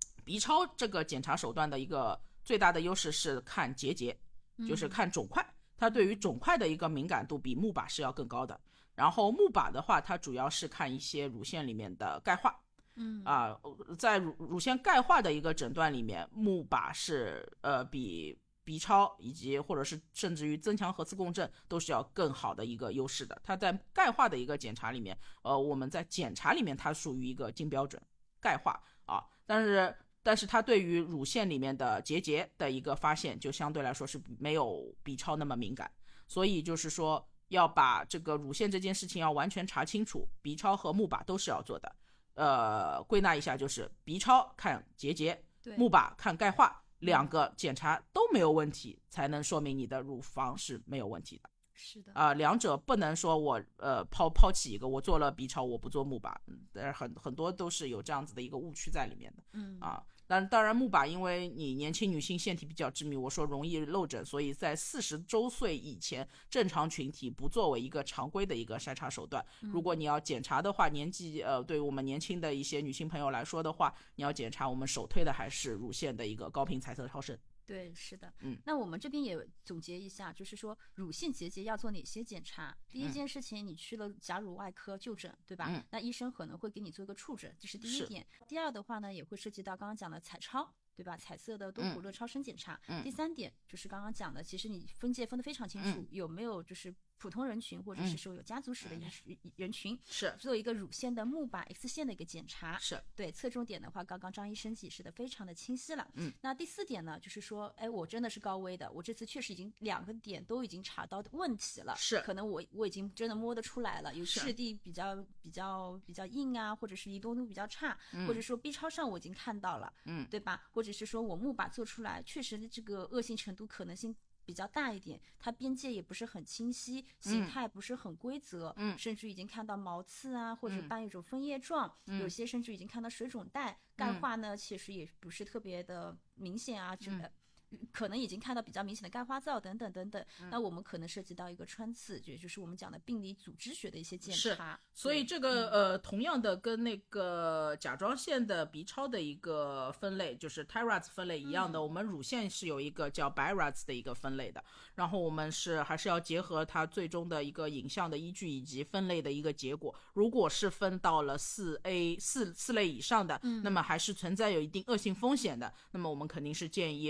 B 超这个检查手段的一个最大的优势是看结节，就是看肿块，它对于肿块的一个敏感度比钼靶是要更高的。然后钼靶的话，它主要是看一些乳腺里面的钙化。 嗯啊，在乳乳腺钙化的一个诊断里面，钼靶是呃比 B 超以及或者是甚至于增强核磁共振都是要更好的一个优势的。它在钙化的一个检查里面，呃，我们在检查里面它属于一个金标准钙化啊，但是但是它对于乳腺里面的结节的一个发现就相对来说是没有 B 超那么敏感，所以就是说要把这个乳腺这件事情要完全查清楚， B 超和钼靶都是要做的。呃，归纳一下就是 B 超看结节，钼靶看钙化，两个检查都没有问题，才能说明你的乳房是没有问题的。 是的啊、呃，两者不能说我呃抛抛弃一个，我做了 B 超我不做钼靶，嗯，但是很很多都是有这样子的一个误区在里面的。 嗯啊，但当然钼靶因为你年轻女性腺体比较致密，我说容易漏诊，所以在四十周岁以前正常群体不作为一个常规的一个筛查手段。如果你要检查的话，年纪呃对于我们年轻的一些女性朋友来说的话，你要检查我们首推的还是乳腺的一个高频彩色超声。 对，是的， 嗯， 那我们这边也总结一下，就是说乳腺结节要做哪些检查？第一件事情，你去了甲乳外科就诊，对吧？ 嗯， 那医生可能会给你做一个触诊，这是第一点。第二的话呢，也会涉及到刚刚讲的彩超，对吧？彩色的多普勒超声检查。 嗯， 第三点就是刚刚讲的，其实你分界分得非常清楚， 嗯、 有没有就是普通人群或者是说有家族史的人群， 嗯、是做一个乳腺的钼靶 X 线的一个检查。 是对，侧重点的话，刚刚张医生解释的非常的清晰了。 嗯， 那第四点呢，就是说，哎，我真的是高危的，我这次确实已经两个点都已经查到问题了， 是可能我我已经真的摸得出来了，有质地比较比较比较硬啊，或者是移动度比较差， 嗯、 或者说 B 超上我已经看到了， 嗯， 对吧？或者是说我钼靶做出来，确实这个恶性程度可能性比较大一点，它边界也不是很清晰，形态不是很规则， 嗯， 甚至已经看到毛刺啊，或者伴一种分叶状， 嗯， 有些甚至已经看到水肿带，钙化呢其实也不是特别的明显啊，这个、嗯。可能已经看到比较明显的钙化灶等等等等、嗯、那我们可能涉及到一个穿刺，也就是我们讲的病理组织学的一些检查。 所以这个、嗯、呃，同样的跟那个甲状腺的 B 超的一个分类，就是 T I R A D S 分类一样的、嗯、我们乳腺是有一个叫 B I R A D S 的一个分类的，然后我们是还是要结合它最终的一个影像的依据以及分类的一个结果，如果是分到了 四 A 四, 四类以上的、嗯、那么还是存在有一定恶性风险的，那么我们肯定是建议无论是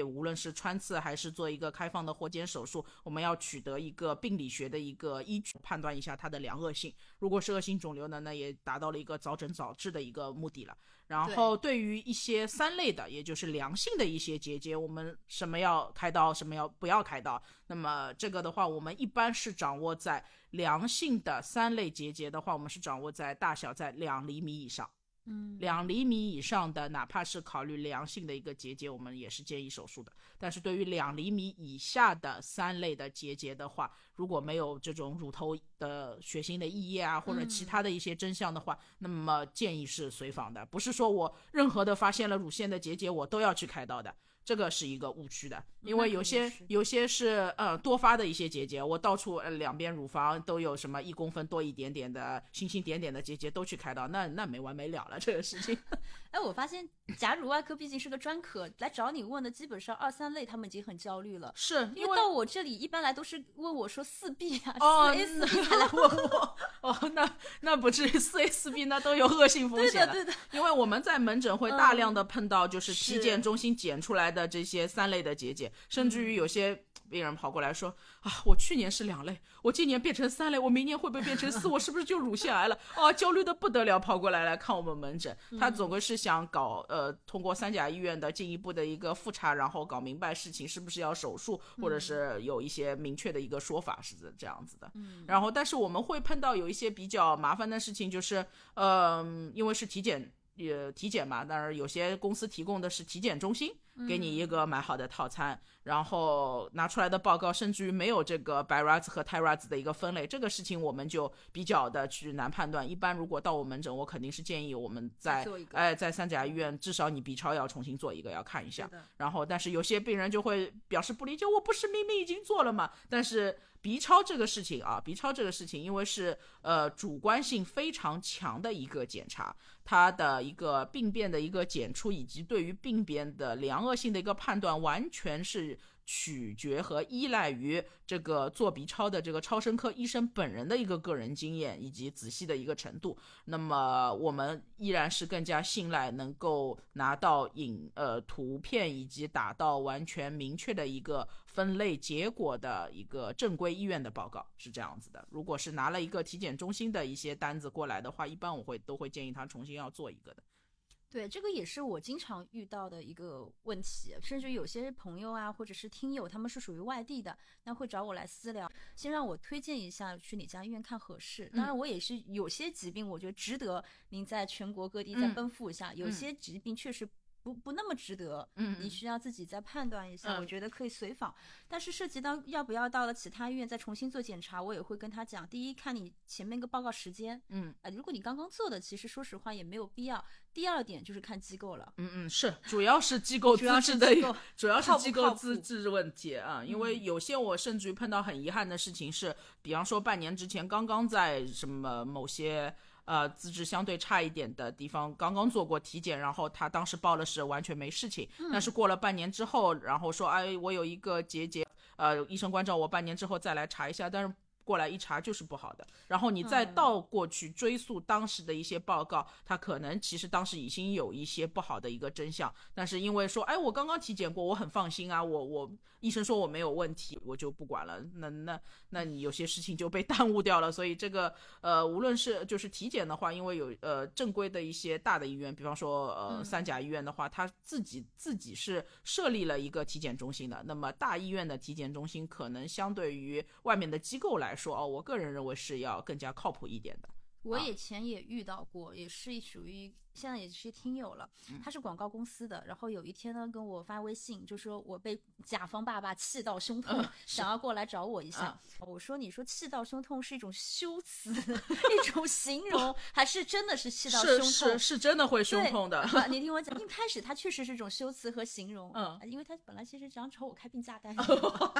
是穿刺还是做一个开放的活检手术，我们要取得一个病理学的一个依据，判断一下它的良恶性。如果是恶性肿瘤呢，那也达到了一个早诊早治的一个目的了。然后对于一些三类的，也就是良性的一些结节，我们什么要开刀，什么要不要开刀，那么这个的话我们一般是掌握在良性的三类结节的话，我们是掌握在大小在两厘米以上。嗯，两厘米以上的，哪怕是考虑良性的一个结节，我们也是建议手术的。但是对于两厘米以下的三类的结节的话，如果没有这种乳头的血腥的异液啊，或者其他的一些真相的话，嗯、那么建议是随访的，不是说我任何的发现了乳腺的结节我都要去开刀的。这个是一个误区的，因为有些有些是呃多发的一些结节，我到处、呃、两边乳房都有什么一公分多一点点的星星点点的结节都去开刀，那那没完没了了这个事情。 哎，我发现假如外科毕竟是个专科，来找你问的基本上二三类他们已经很焦虑了， 是因为到我这里一般来都是问我说四 B 啊、哦、四 A 四 B 才来问我。 哦，那那不至于四 A 四 B 那都有恶性风险了。 对的对的， 因为我们在门诊会大量的碰到就是体检中心检出来的这些三类的结节，甚至于有些病人跑过来说啊，我去年是两类，我今年变成三类，我明年会不会变成四？我是不是就乳腺癌了？啊，焦虑的不得了，跑过来来看我们门诊。他总归是想搞呃，通过三甲医院的进一步的一个复查，然后搞明白事情是不是要手术，或者是有一些明确的一个说法是这样子的。然后，但是我们会碰到有一些比较麻烦的事情，就是呃，因为是体检。也体检嘛，当然有些公司提供的是体检中心给你一个买好的套餐、嗯、然后拿出来的报告甚至于没有这个 B I R A Z 和 T I R A Z 的一个分类，这个事情我们就比较的去难判断。一般如果到我门诊，我肯定是建议我们在哎在三甲医院至少你 B 超要重新做一个，要看一下。然后但是有些病人就会表示不理解，我不是明明已经做了嘛？但是B 超这个事情啊 ，B 超这个事情，因为是呃主观性非常强的一个检查，它的一个病变的一个检出，以及对于病变的良恶性的一个判断，完全是取决和依赖于这个做 B 超的这个超声科医生本人的一个个人经验以及仔细的一个程度。那么我们依然是更加信赖能够拿到影呃图片以及打到完全明确的一个分类结果的一个正规医院的报告，是这样子的。如果是拿了一个体检中心的一些单子过来的话，一般我会都会建议他重新要做一个的。 对，这个也是我经常遇到的一个问题，甚至有些朋友啊，或者是听友，他们是属于外地的，那会找我来私聊，先让我推荐一下去哪家医院看合适。当然，我也是有些疾病，我觉得值得您在全国各地再奔赴一下，嗯、有些疾病确实不不那么值得，嗯，你需要自己再判断一下，嗯、我觉得可以随访。但是涉及到要不要到了其他医院再重新做检查，我也会跟他讲，第一，看你前面一个报告时间，嗯，呃，如果你刚刚做的，其实说实话也没有必要。第二点就是看机构了， 嗯嗯，是，主要是机构资质的，主要是机构资质问题啊，因为有些我甚至于碰到很遗憾的事情是，比方说半年之前刚刚在什么某些呃资质相对差一点的地方刚刚做过体检，然后他当时报了是完全没事情，嗯、但是过了半年之后，然后说哎我有一个结节，呃医生关照我半年之后再来查一下，但是过来一查就是不好的，然后你再倒过去追溯当时的一些报告，它可能其实当时已经有一些不好的一个真相，但是因为说哎我刚刚体检过我很放心啊，我我医生说我没有问题，我就不管了，那那那你有些事情就被耽误掉了。所以这个呃无论是就是体检的话，因为有呃正规的一些大的医院，比方说呃三甲医院的话，他自己自己是设立了一个体检中心的，那么大医院的体检中心可能相对于外面的机构来说说哦，我个人认为是要更加靠谱一点的。 我以前也遇到过，啊、也是属于现在也是听友了，他是广告公司的，然后有一天呢跟我发微信，就说我被甲方爸爸气到胸痛，嗯、想要过来找我一下。嗯、我说你说气到胸痛是一种修辞，一种形容，还是真的是气到胸痛？ 是是是真的会胸痛的。 你听我讲，一开始它确实是一种修辞和形容，嗯，因为他本来其实想找我开病假单。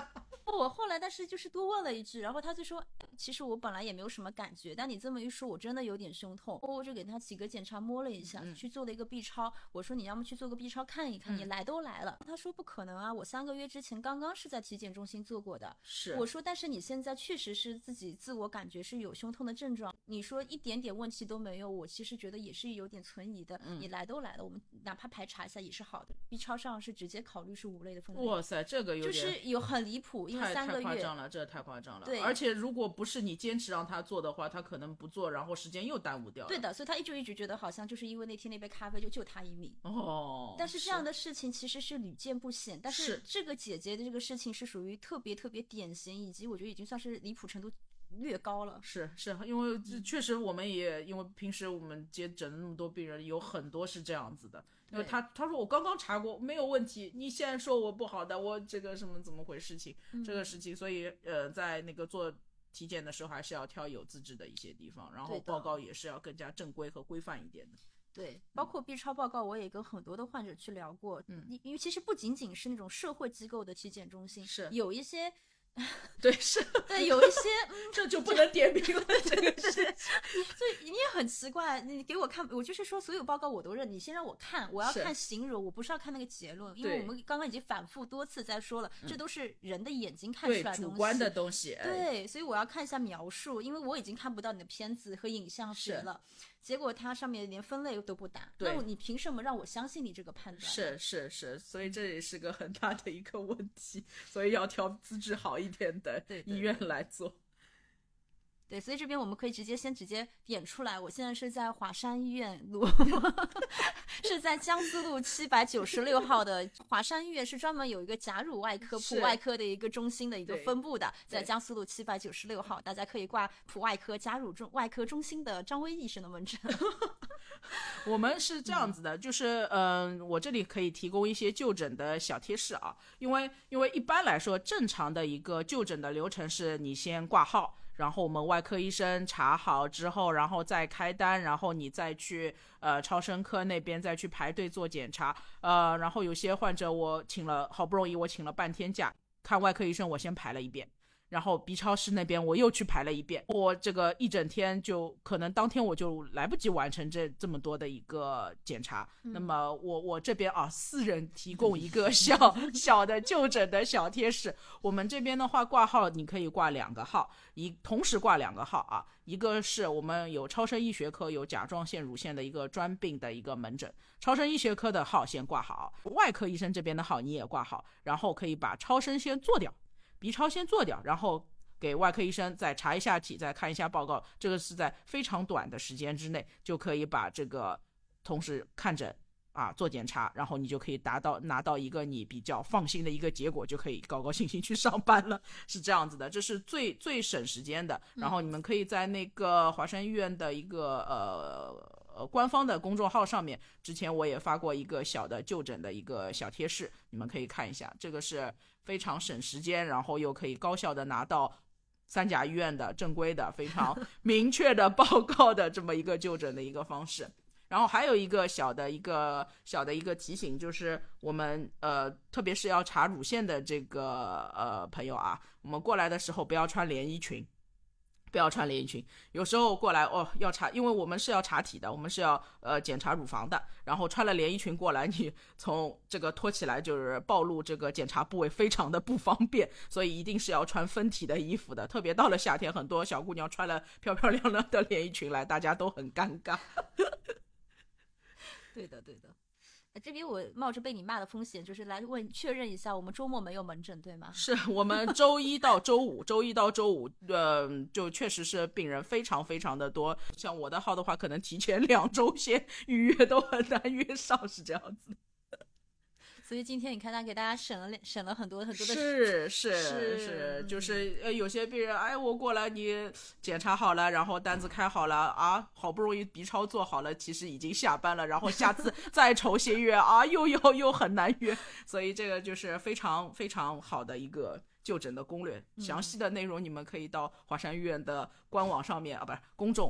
我后来但是就是多问了一句，然后他就说其实我本来也没有什么感觉，但你这么一说我真的有点胸痛。我就给他几个检查摸了一下、嗯、去做了一个 B 超，我说你要么去做个 B 超看一看、嗯、你来都来了。他说不可能啊，我三个月之前刚刚是在体检中心做过的。 是， 我说但是你现在确实是自己自我感觉是有胸痛的症状，你说一点点问题都没有，我其实觉得也是有点存疑的、嗯、你来都来了，我们哪怕排查一下也是好的。 B 超上是直接考虑是五类的分类。 哇塞，这个有点就是有很离谱，因为三个月太夸张了，这太夸张了。 对， 而且如果不是你坚持让他做的话，他可能不做，然后时间又耽误掉了。 对的，所以他一直一直觉得好像就是因为那天那杯咖啡就救他一命。 哦， 但是这样的事情其实是屡见不鲜，但是这个姐姐的这个事情是属于特别特别典型，以及我觉得已经算是离谱程度略高了。 是是，因为确实我们也因为平时我们接诊那么多病人，有很多是这样子的。因为他他说我刚刚查过没有问题，你现在说我不好的，我这个什么怎么回事情、嗯、这个事情，所以呃在那个做体检的时候还是要挑有资质的一些地方，然后报告也是要更加正规和规范一点的。 对，包括 B 超报告我也跟很多的患者去聊过，嗯，因为其实不仅仅是那种社会机构的体检中心， 是有一些对，是， 对，有一些、嗯、 这就不能点名了，这个事情。 所以你也很奇怪，你给我看，我就是说所有报告我都认，你先让我看，我要看形容，我不是要看那个结论，因为我们刚刚已经反复多次在说了，这都是人的眼睛看出来的东西， 对，主观的东西。 对，所以我要看一下描述，因为我已经看不到你的片子和影像学了。结果它上面连分类都不打，那你凭什么让我相信你这个判断？ 是是是，所以这也是个很大的一个问题，所以要挑资质好一点的医院来做。 对，所以这边我们可以直接先直接点出来，我现在是在华山医院录是在江苏路七百九十六号的华山医院，是专门有一个假乳外科普外科的一个中心的一个分部的，在江苏路七百九十六号，大家可以挂普外科假乳中外科中心的张威医生的门诊。 我们是这样子的，就是嗯、呃，我这里可以提供一些就诊的小贴士啊，因为因为一般来说正常的一个就诊的流程是你先挂号，然后我们外科医生查好之后，然后再开单，然后你再去呃超声科那边再去排队做检查。呃，然后有些患者我请了好不容易我请了半天假，看外科医生我先排了一遍，然后 B 超室那边我又去排了一遍，我这个一整天就可能当天我就来不及完成这这么多的一个检查。嗯、那么我我这边啊，私人提供一个小小的就诊的小贴士。我们这边的话挂号你可以挂两个号，一同时挂两个号啊，一个是我们有超声医学科有甲状腺乳腺的一个专病的一个门诊，超声医学科的号先挂好，外科医生这边的号你也挂好，然后可以把超声先做掉。B 超先做掉，然后给外科医生再查一下体，再看一下报告，这个是在非常短的时间之内就可以把这个同时看诊啊做检查，然后你就可以达到拿到一个你比较放心的一个结果，就可以高高兴兴去上班了，是这样子的，这是最最省时间的。然后你们可以在那个华山医院的一个呃呃官方的公众号上面，之前我也发过一个小的就诊的一个小贴士，你们可以看一下，这个是非常省时间，然后又可以高效的拿到三甲医院的正规的非常明确的报告的这么一个就诊的一个方式。然后还有一个小的一个小的一个提醒，就是我们呃特别是要查乳腺的这个呃朋友啊，我们过来的时候不要穿连衣裙，不要穿连衣裙，有时候过来哦要查，因为我们是要查体的，我们是要呃检查乳房的，然后穿了连衣裙过来，你从这个脱起来就是暴露这个检查部位，非常的不方便，所以一定是要穿分体的衣服的，特别到了夏天，很多小姑娘穿了漂漂亮亮的连衣裙来，大家都很尴尬。 对的对的，这边我冒着被你骂的风险，就是来问确认一下，我们周末没有门诊对吗？ 是我们周一到周五周一到周五呃，就确实是病人非常非常的多，像我的号的话可能提前两周先预约都很难约上，是这样子。 所以今天你看他给大家省了省了很多很多的是是 是, 是就是呃有些病人哎我过来你检查好了，然后单子开好了啊，好不容易 B 超做好了，其实已经下班了，然后下次再重新约啊又又又很难约，所以这个就是非常非常好的一个就诊的攻略，详细的内容你们可以到华山医院的官网上面啊，不是公众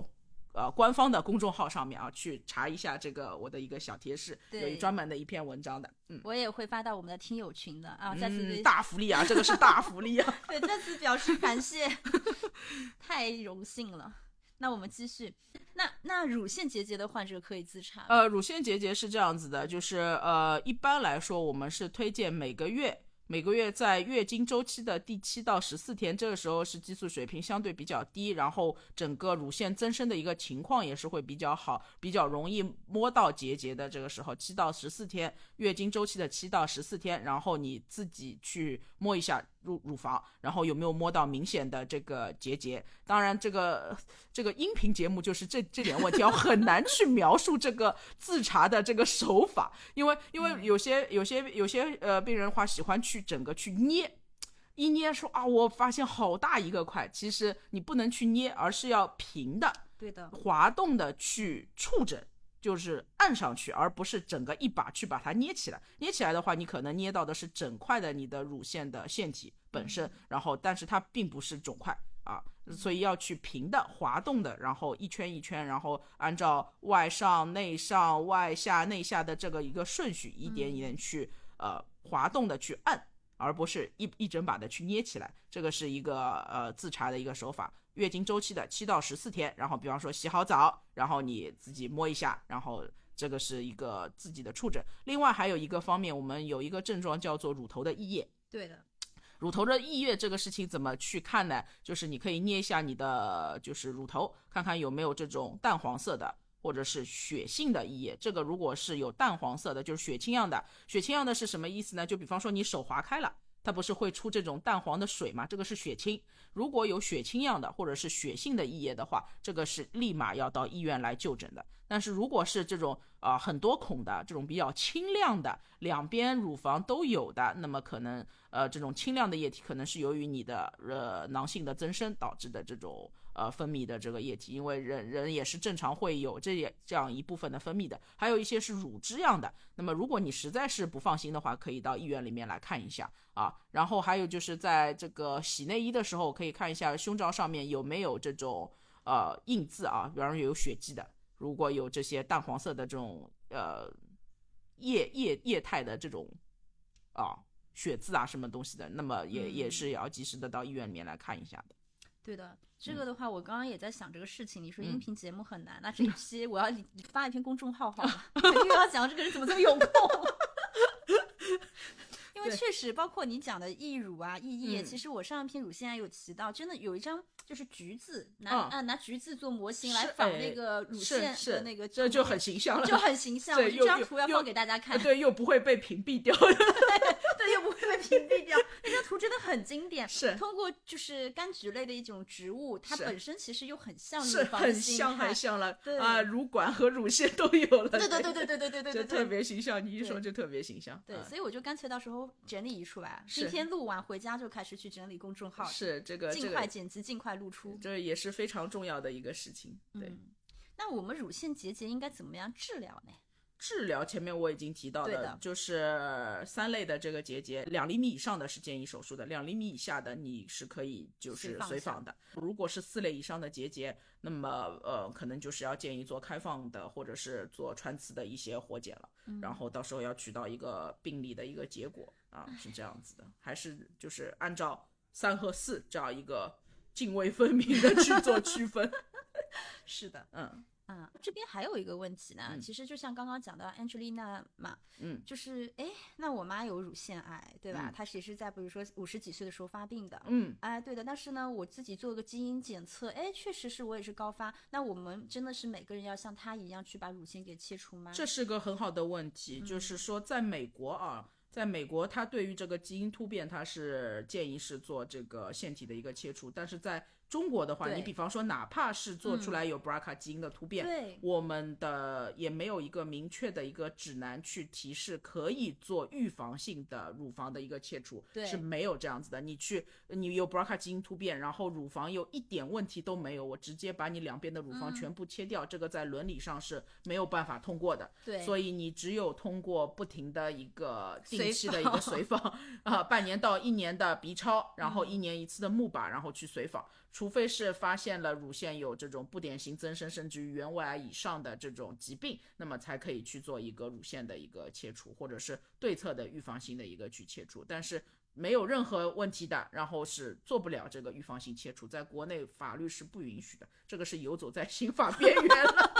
呃，官方的公众号上面啊，去查一下这个我的一个小贴士，有一专门的一篇文章的。嗯， 我也会发到我们的听友群的啊。再次、 嗯、大福利啊，这个是大福利啊。 对，再次表示感谢，太荣幸了。那我们继续。那那乳腺结节的患者可以自查吗？ 呃，乳腺结节是这样子的，就是呃，一般来说我们是推荐每个月。每个月在月经周期的第七到十四天，这个时候是激素水平相对比较低，然后整个乳腺增生的一个情况也是会比较好，比较容易摸到结节的。这个时候七到十四天，月经周期的七到十四天，然后你自己去摸一下乳乳房，然后有没有摸到明显的这个结节。当然这个这个音频节目就是这这点问题要很难去描述这个自查的这个手法，因为因为有些有些有些呃病人的话喜欢去整个去捏，一捏说啊我发现好大一个块，其实你不能去捏，而是要平的， 对的， 滑动的去触诊，就是按上去，而不是整个一把去把它捏起来。捏起来的话，你可能捏到的是整块的你的乳腺的腺体本身，然后但是它并不是肿块啊，所以要去平的滑动的，然后一圈一圈，然后按照外上内上外下内下的这个一个顺序，一点一点去、嗯、呃滑动的去按，而不是一一整把的去捏起来。这个是一个呃自查的一个手法。月经周期的七到十四天，然后比方说洗好澡，然后你自己摸一下，然后这个是一个自己的触诊。另外还有一个方面，我们有一个症状叫做乳头的溢液。 对的， 乳头的溢液这个事情怎么去看呢？就是你可以捏一下你的就是乳头，看看有没有这种淡黄色的或者是血性的溢液。这个如果是有淡黄色的，就是血清样的。血清样的是什么意思呢？就比方说你手划开了，它不是会出这种淡黄的水吗？这个是血清。如果有血清样的或者是血性的溢液的话，这个是立马要到医院来就诊的。但是如果是这种啊、呃、很多孔的这种比较清亮的，两边乳房都有的，那么可能呃这种清亮的液体可能是由于你的呃囊性的增生导致的这种呃分泌的这个液体，因为人人也是正常会有这也这样一部分的分泌的。还有一些是乳汁样的，那么如果你实在是不放心的话，可以到医院里面来看一下啊。然后还有就是在这个洗内衣的时候，可以看一下胸罩上面有没有这种呃印字啊，比方说有血迹的，如果有这些淡黄色的这种呃液液液态的这种啊血渍啊什么东西的，那么也、嗯、也是要及时的到医院里面来看一下的。 对的，这个的话、嗯、我刚刚也在想这个事情，你说音频节目很难、嗯、那这一期我要发一篇公众号好了因为要讲这个人怎么这么有空因为确实包括你讲的溢乳啊溢液、嗯、其实我上一篇乳腺癌有提到，真的有一张就是橘子拿、嗯啊、拿橘子做模型来仿那个乳腺的那个， 这就很形象了， 就很形象。我这张图要放给大家看， 对，又不会被屏蔽掉对, 对，又不会被屏蔽掉那张图真的很经典， 是通过就是柑橘类的一种植物，它本身其实又很像乳房的形态，是很像很像了啊、呃，乳管和乳腺都有了， 对对对对对对对对对， 就特别形象，你一说就特别形象。 对，所以我就干脆到时候整理一出来，今天录完回家就开始去整理公众号， 是这个尽快剪辑、尽快露出， 这也是非常重要的一个事情。对、嗯， 那我们乳腺结节应该怎么样治疗呢？ 治疗前面我已经提到 的, 的就是三类的这个结节，两厘米以上的是建议手术的，两厘米以下的你是可以就是随访的。如果是四类以上的结节，那么呃可能就是要建议做开放的或者是做穿刺的一些活检了、嗯、然后到时候要取到一个病理的一个结果啊，是这样子的，还是就是按照三和四这样一个泾渭分明的去做区分是的， 嗯嗯，这边还有一个问题呢、 嗯、 其实就像刚刚讲到 Angelina 嘛， 嗯， 就是哎，那我妈有乳腺癌对吧、 嗯、 她也是在比如说五十几岁的时候发病的， 嗯， 哎对的，但是呢我自己做个基因检测，哎确实是我也是高发，那我们真的是每个人要像她一样去把乳腺给切除吗？ 这是个很好的问题、嗯、就是说在美国啊，在美国它对于这个基因突变它是建议是做这个腺体的一个切除，但是在中国的话，你比方说哪怕是做出来有 B R C A 基因的突变、 嗯、 我们的也没有一个明确的一个指南去提示可以做预防性的乳房的一个切除，是没有这样子的。你去你有 B R C A 基因突变，然后乳房有一点问题都没有，我直接把你两边的乳房全部切掉、嗯、这个在伦理上是没有办法通过的。 对， 所以你只有通过不停的一个定期的一个随访啊、呃，半年到一年的 B 超，然后一年一次的钼靶，然后去随访。 除非是发现了乳腺有这种不典型增生甚至于原位癌以上的这种疾病，那么才可以去做一个乳腺的一个切除，或者是对侧的预防性的一个去切除。但是没有任何问题的，然后是做不了这个预防性切除，在国内法律是不允许的，这个是游走在刑法边缘了。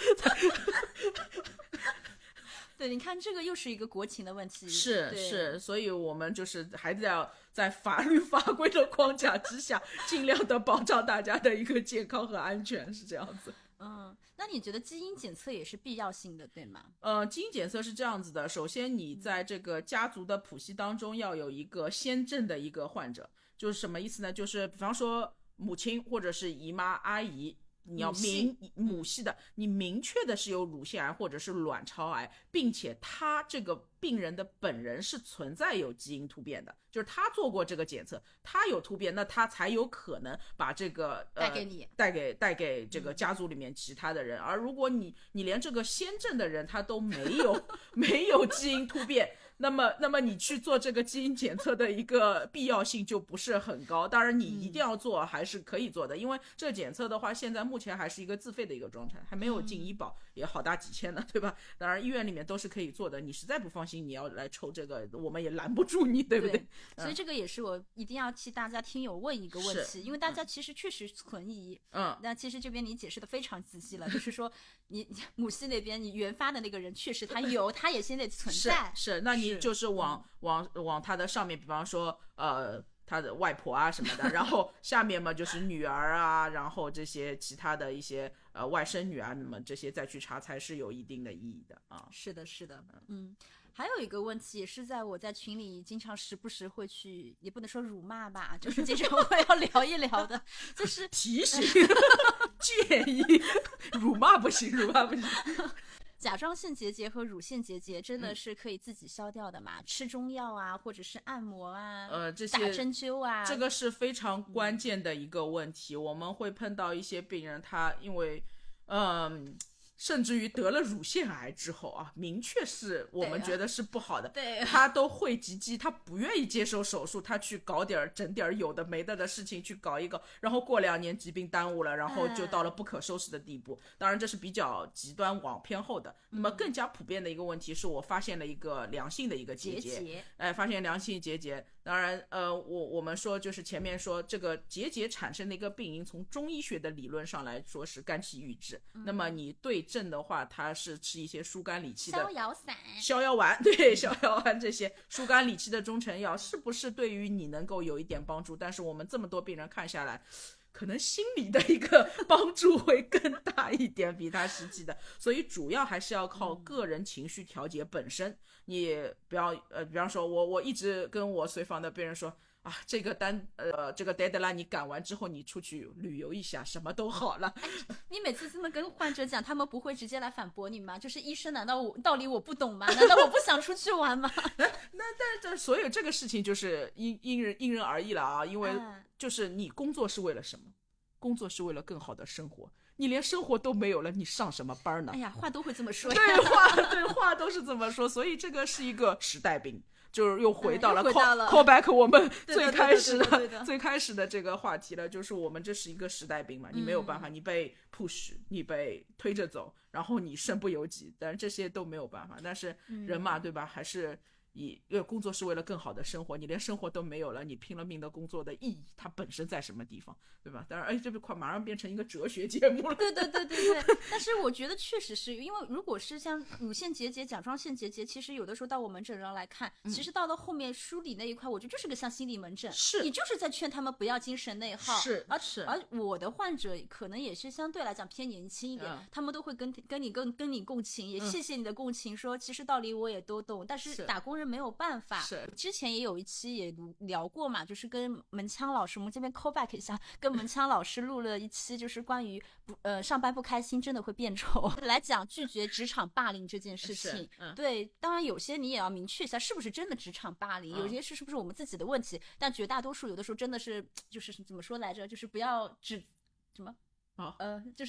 对，你看这个又是一个国情的问题。 是是，所以我们就是还是要在法律法规的框架之下，尽量的保障大家的一个健康和安全，是这样子。 嗯，那你觉得基因检测也是必要性的，对吗？ 呃，基因检测是这样子的，首先你在这个家族的谱系当中要有一个先证的一个患者，就是什么意思呢？就是比方说母亲或者是姨妈阿姨，你要明母系的，你明确的是有乳腺癌或者是卵巢癌，并且他这个病人的本人是存在有基因突变的，就是他做过这个检测，他有突变，那他才有可能把这个、呃、 带给你， 带给带给这个家族里面其他的人。嗯、而如果你你连这个先证的人他都没有没有基因突变，那么那么你去做这个基因检测的一个必要性就不是很高。当然你一定要做还是可以做的，因为这个检测的话现在目前还是一个自费的一个状态，还没有进医保，也好大几千呢，对吧？当然医院里面都是可以做的，你实在不放心你要来抽这个我们也拦不住你，对不对？ 对，所以这个也是我一定要替大家听友问一个问题，因为大家其实确实存疑。嗯，那其实这边你解释的非常仔细了，就是说你母系那边你原发的那个人确实他有，他也现在存在。 是是，那你就是往往往他的上面，比方说呃他的外婆啊什么的，然后下面嘛就是女儿啊，然后这些其他的一些呃外甥女啊，那么这些再去查才是有一定的意义的啊。 是的是的。嗯，还有一个问题也是在我在群里经常时不时会去，也不能说辱骂吧，就是经常会要聊一聊的，就是提醒建议，辱骂不行，辱骂不行。 甲状腺结节和乳腺结节真的是可以自己消掉的吗？嗯、吃中药啊，或者是按摩啊， 呃，这些打针灸啊， 这个是非常关键的一个问题。嗯、我们会碰到一些病人，他因为，嗯、呃。甚至于得了乳腺癌之后啊，明确是我们觉得是不好的， 对啊、 他都讳疾忌，他不愿意接受手术，他去搞点整点有的没的的事情去搞一搞，然后过两年疾病耽误了，然后就到了不可收拾的地步。嗯、当然这是比较极端往偏后的。那么更加普遍的一个问题是我发现了一个良性的一个结节， 结节哎，发现良性结节。当然，呃，我我们说就是前面说这个结节产生的一个病因，从中医学的理论上来说是肝气郁滞。嗯、那么你对症的话，它是吃一些疏肝理气的逍遥散、 逍遥丸，对，逍遥丸这些疏肝理气的中成药，是不是对于你能够有一点帮助？但是我们这么多病人看下来，可能心理的一个帮助会更大一点，比它实际的。所以主要还是要靠个人情绪调节本身。你不要呃，比方说我我一直跟我随访的病人说啊，这个单呃这个 deadline 你赶完之后，你出去旅游一下，什么都好了。 你每次这么跟患者讲，他们不会直接来反驳你吗？就是医生难道我道理我不懂吗？难道我不想出去玩吗？ 那但是所有这个事情就是因因人因人而异了啊，因为就是你工作是为了什么？工作是为了更好的生活。你连生活都没有了，你上什么班呢？ 哎呀，话都会这么说。 对，话对话都是这么说，所以这个是一个时代病，就是又回到了 call,、嗯、call back 我们最开始的, 对对对对对最开始的这个话题了，就是我们这是一个时代病嘛，你没有办法，嗯、你被 push， 你被推着走，然后你身不由己，但是这些都没有办法。但是人嘛，嗯、对吧？还是以因为工作是为了更好的生活，你连生活都没有了，你拼了命的工作的意义，它本身在什么地方，对吧？当然，哎，这快马上变成一个哲学节目了。 对对对对对。但是我觉得确实是因为，如果是像乳腺结节、甲状腺结节，其实有的时候到我门诊上来看，嗯、其实到了后面梳理那一块，我觉得就是个像心理门诊， 是你就是在劝他们不要精神内耗。 是， 而是。 而我的患者可能也是相对来讲偏年轻一点，嗯、他们都会跟跟你跟跟你共情，也谢谢你的共情，嗯、说其实道理我也都懂，但是打工人没有办法。 是， 之前也有一期也聊过嘛，就是跟门腔老师，我们这边 call back 一下，跟门腔老师录了一期，就是关于不呃上班不开心真的会变丑来讲拒绝职场霸凌这件事情。嗯、对，当然有些你也要明确一下是不是真的职场霸凌，嗯、有些是是不是我们自己的问题，但绝大多数有的时候真的是就是怎么说来着，就是不要只什么。 哦、 呃，就是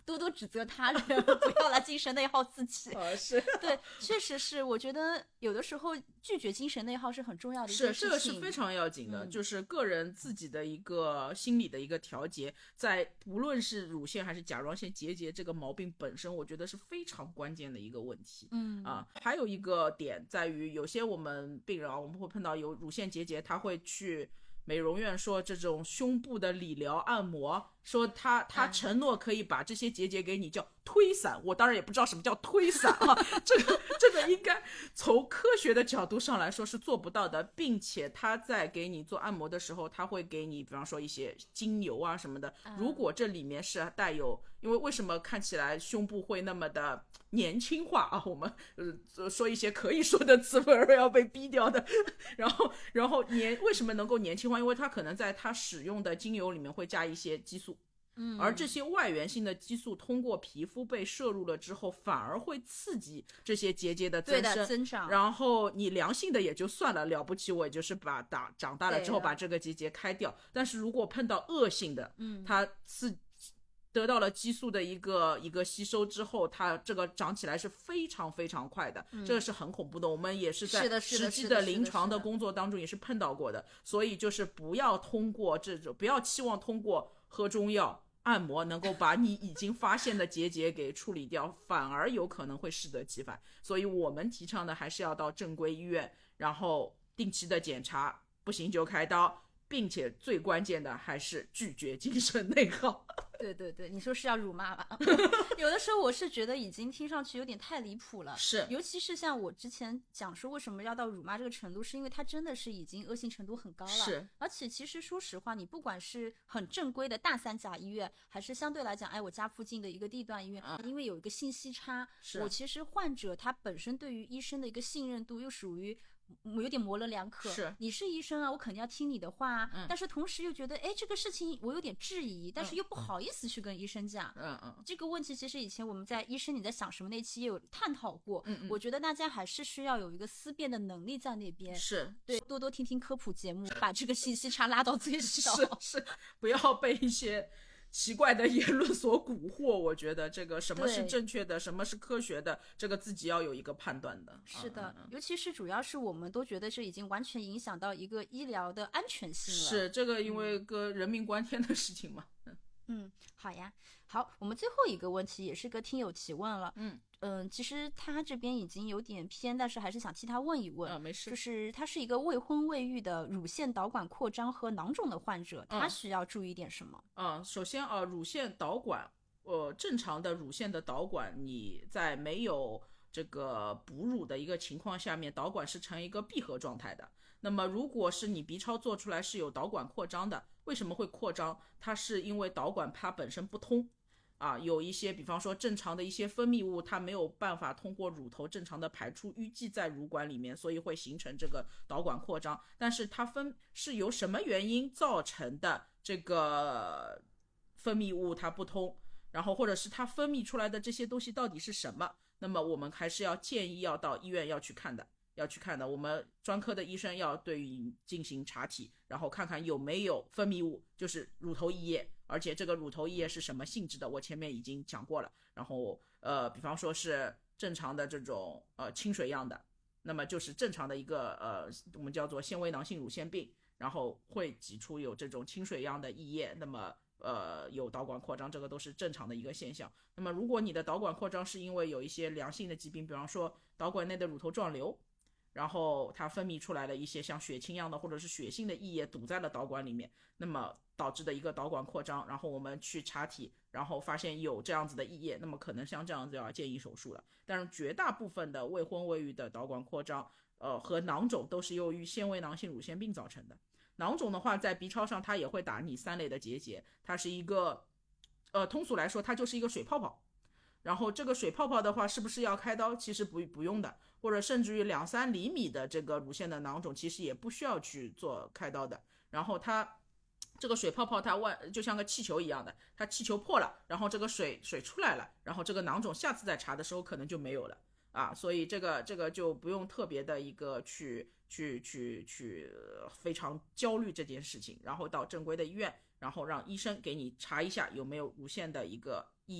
多多指责他人，不要来精神内耗自己。 呃，是， 对，确实是，我觉得有的时候拒绝精神内耗是很重要的一件事情。 是，这个是非常要紧的，嗯、就是个人自己的一个心理的一个调节，在不论是乳腺还是甲状腺结节这个毛病本身，我觉得是非常关键的一个问题。 嗯啊，还有一个点在于，有些我们病人啊，我们会碰到有乳腺结节，他会去美容院说这种胸部的理疗按摩，说他他承诺可以把这些结节给你叫推散，我当然也不知道什么叫推散啊，这个这个应该从科学的角度上来说是做不到的，并且他在给你做按摩的时候，他会给你比方说一些精油啊什么的，如果这里面是带有，因为为什么看起来胸部会那么的年轻化啊，我们呃说一些可以说的词汇而要被逼掉的，然后然后年为什么能够年轻化，因为它可能在它使用的精油里面会加一些激素， 嗯， 而这些外源性的激素通过皮肤被摄入了之后，反而会刺激这些结节的增生， 对的增长。 然后你良性的也就算了，了不起我也就是把打长大了之后把这个结节开掉。但是如果碰到恶性的， 嗯， 它刺得到了激素的一个一个吸收之后，它这个长起来是非常非常快的， 嗯、 这个是很恐怖的。我们也是在实际的临床的工作当中也是碰到过的，所以就是不要通过这种，不要期望通过喝中药按摩能够把你已经发现的结节给处理掉，反而有可能会适得其反。所以我们提倡的还是要到正规医院，然后定期的检查，不行就开刀，并且最关键的还是拒绝精神内耗。 对对对，你说是要辱骂吧？有的时候我是觉得已经听上去有点太离谱了， 是， 尤其是像我之前讲说为什么要到辱骂这个程度，是因为它真的是已经恶性程度很高了。 是， 而且其实说实话，你不管是很正规的大三甲医院，还是相对来讲，哎，我家附近的一个地段医院，嗯、因为有一个信息差，我其实患者他本身对于医生的一个信任度又属于有点模棱两可， 是你是医生啊，我肯定要听你的话啊、 嗯， 但是同时又觉得，哎，这个事情我有点质疑，但是又不好意思去跟医生讲。 嗯嗯， 这个问题其实以前我们在医生你在想什么那期也有探讨过。 嗯嗯， 我觉得大家还是需要有一个思辨的能力在那边。 是， 对，多多听听科普节目，把这个信息差拉到最小。 是是，不要被一些奇怪的言论所蛊惑，我觉得这个什么是正确的，什么是科学的，这个自己要有一个判断的。 是的、 嗯、 尤其是主要是我们都觉得这已经完全影响到一个医疗的安全性了。 是，这个因为个人命关天的事情嘛。 嗯嗯，好呀，好，我们最后一个问题也是个听友提问了。 嗯嗯，其实他这边已经有点偏，但是还是想替他问一问。 啊，没事。 就是他是一个未婚未育的乳腺导管扩张和囊肿的患者，他需要注意点什么？ 嗯，首先啊，乳腺导管，呃，正常的乳腺的导管，你在没有这个哺乳的一个情况下面，导管是呈一个闭合状态的。那么如果是你 B 超做出来是有导管扩张的，为什么会扩张？它是因为导管它本身不通。啊，有一些比方说正常的一些分泌物它没有办法通过乳头正常的排出，淤积在乳管里面，所以会形成这个导管扩张。但是它分是由什么原因造成的这个分泌物它不通，然后或者是它分泌出来的这些东西到底是什么，那么我们还是要建议要到医院要去看的要去看的我们专科的医生要对于进行查体，然后看看有没有分泌物，就是乳头异液，而且这个乳头异液是什么性质的，我前面已经讲过了。然后呃，比方说是正常的这种呃清水样的，那么就是正常的一个呃我们叫做纤维囊性乳腺病，然后会挤出有这种清水样的异液，那么呃有导管扩张，这个都是正常的一个现象。那么如果你的导管扩张是因为有一些良性的疾病，比方说导管内的乳头状瘤，然后它分泌出来了一些像血清样的或者是血性的异液堵在了导管里面，那么导致的一个导管扩张，然后我们去查体，然后发现有这样子的异液，那么可能像这样子要建议手术了。但是绝大部分的未婚未育的导管扩张呃和囊肿都是由于纤维囊性乳腺病造成的。囊肿的话在 B 超上它也会打你三类的结节，它是一个呃通俗来说它就是一个水泡泡，然后这个水泡泡的话是不是要开刀？其实不不用的，或者甚至于两三厘米的这个乳腺的囊肿其实也不需要去做开刀的。然后它这个水泡泡它外就像个气球一样的，它气球破了，然后这个水水出来了，然后这个囊肿下次再查的时候可能就没有了啊，所以这个这个就不用特别的一个去去去去非常焦虑这件事情，然后到正规的医院，然后让医生给你查一下有没有乳腺的一个异液，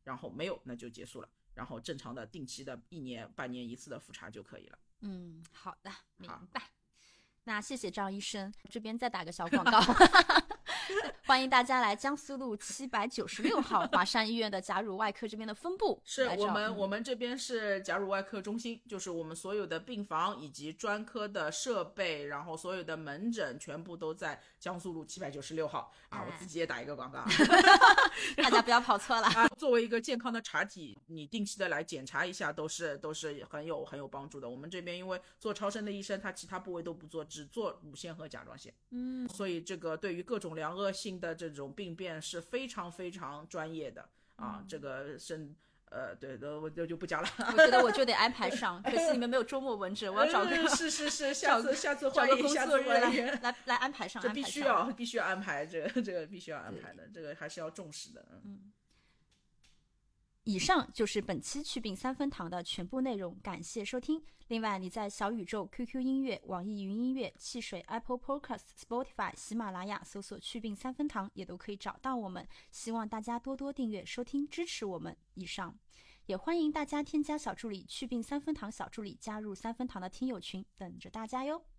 然后没有那就结束了，然后正常的定期的一年半年一次的复查就可以了。 嗯，好的，明白。那谢谢张医生，这边再打个小广告欢迎大家来江苏路七百九十六号华山医院的甲乳外科这边的分部。 是我们、嗯、我们这边是甲乳外科中心，就是我们所有的病房以及专科的设备，然后所有的门诊全部都在江苏路七百九十六号啊、哎！我自己也打一个广告大家不要跑错了啊！作为一个健康的查体，你定期的来检查一下都是都是很有很有帮助的。我们这边因为做超声的医生他其他部位都不做，只做乳腺和甲状腺， 嗯， 所以这个对于各种良恶性的这种病变是非常非常专业的啊， 嗯、 这个是呃，对的，我就就不讲了。 我觉得我就得安排上，可惜你们没有周末文诊，我要找个、 嗯、是是是，下次下次找个工作日来来来安排上， 这必须要必须要安排，这个这个必须要安排的，这个还是要重视的。 嗯。以上就是本期祛病三分堂的全部内容，感谢收听。另外，你在小宇宙、Q Q 音乐、网易云音乐、汽水、Apple Podcast、Spotify、喜马拉雅搜索祛病三分堂也都可以找到我们。希望大家多多订阅收听，支持我们。以上，也欢迎大家添加小助理祛病三分堂小助理，加入三分堂的听友群，等着大家哟。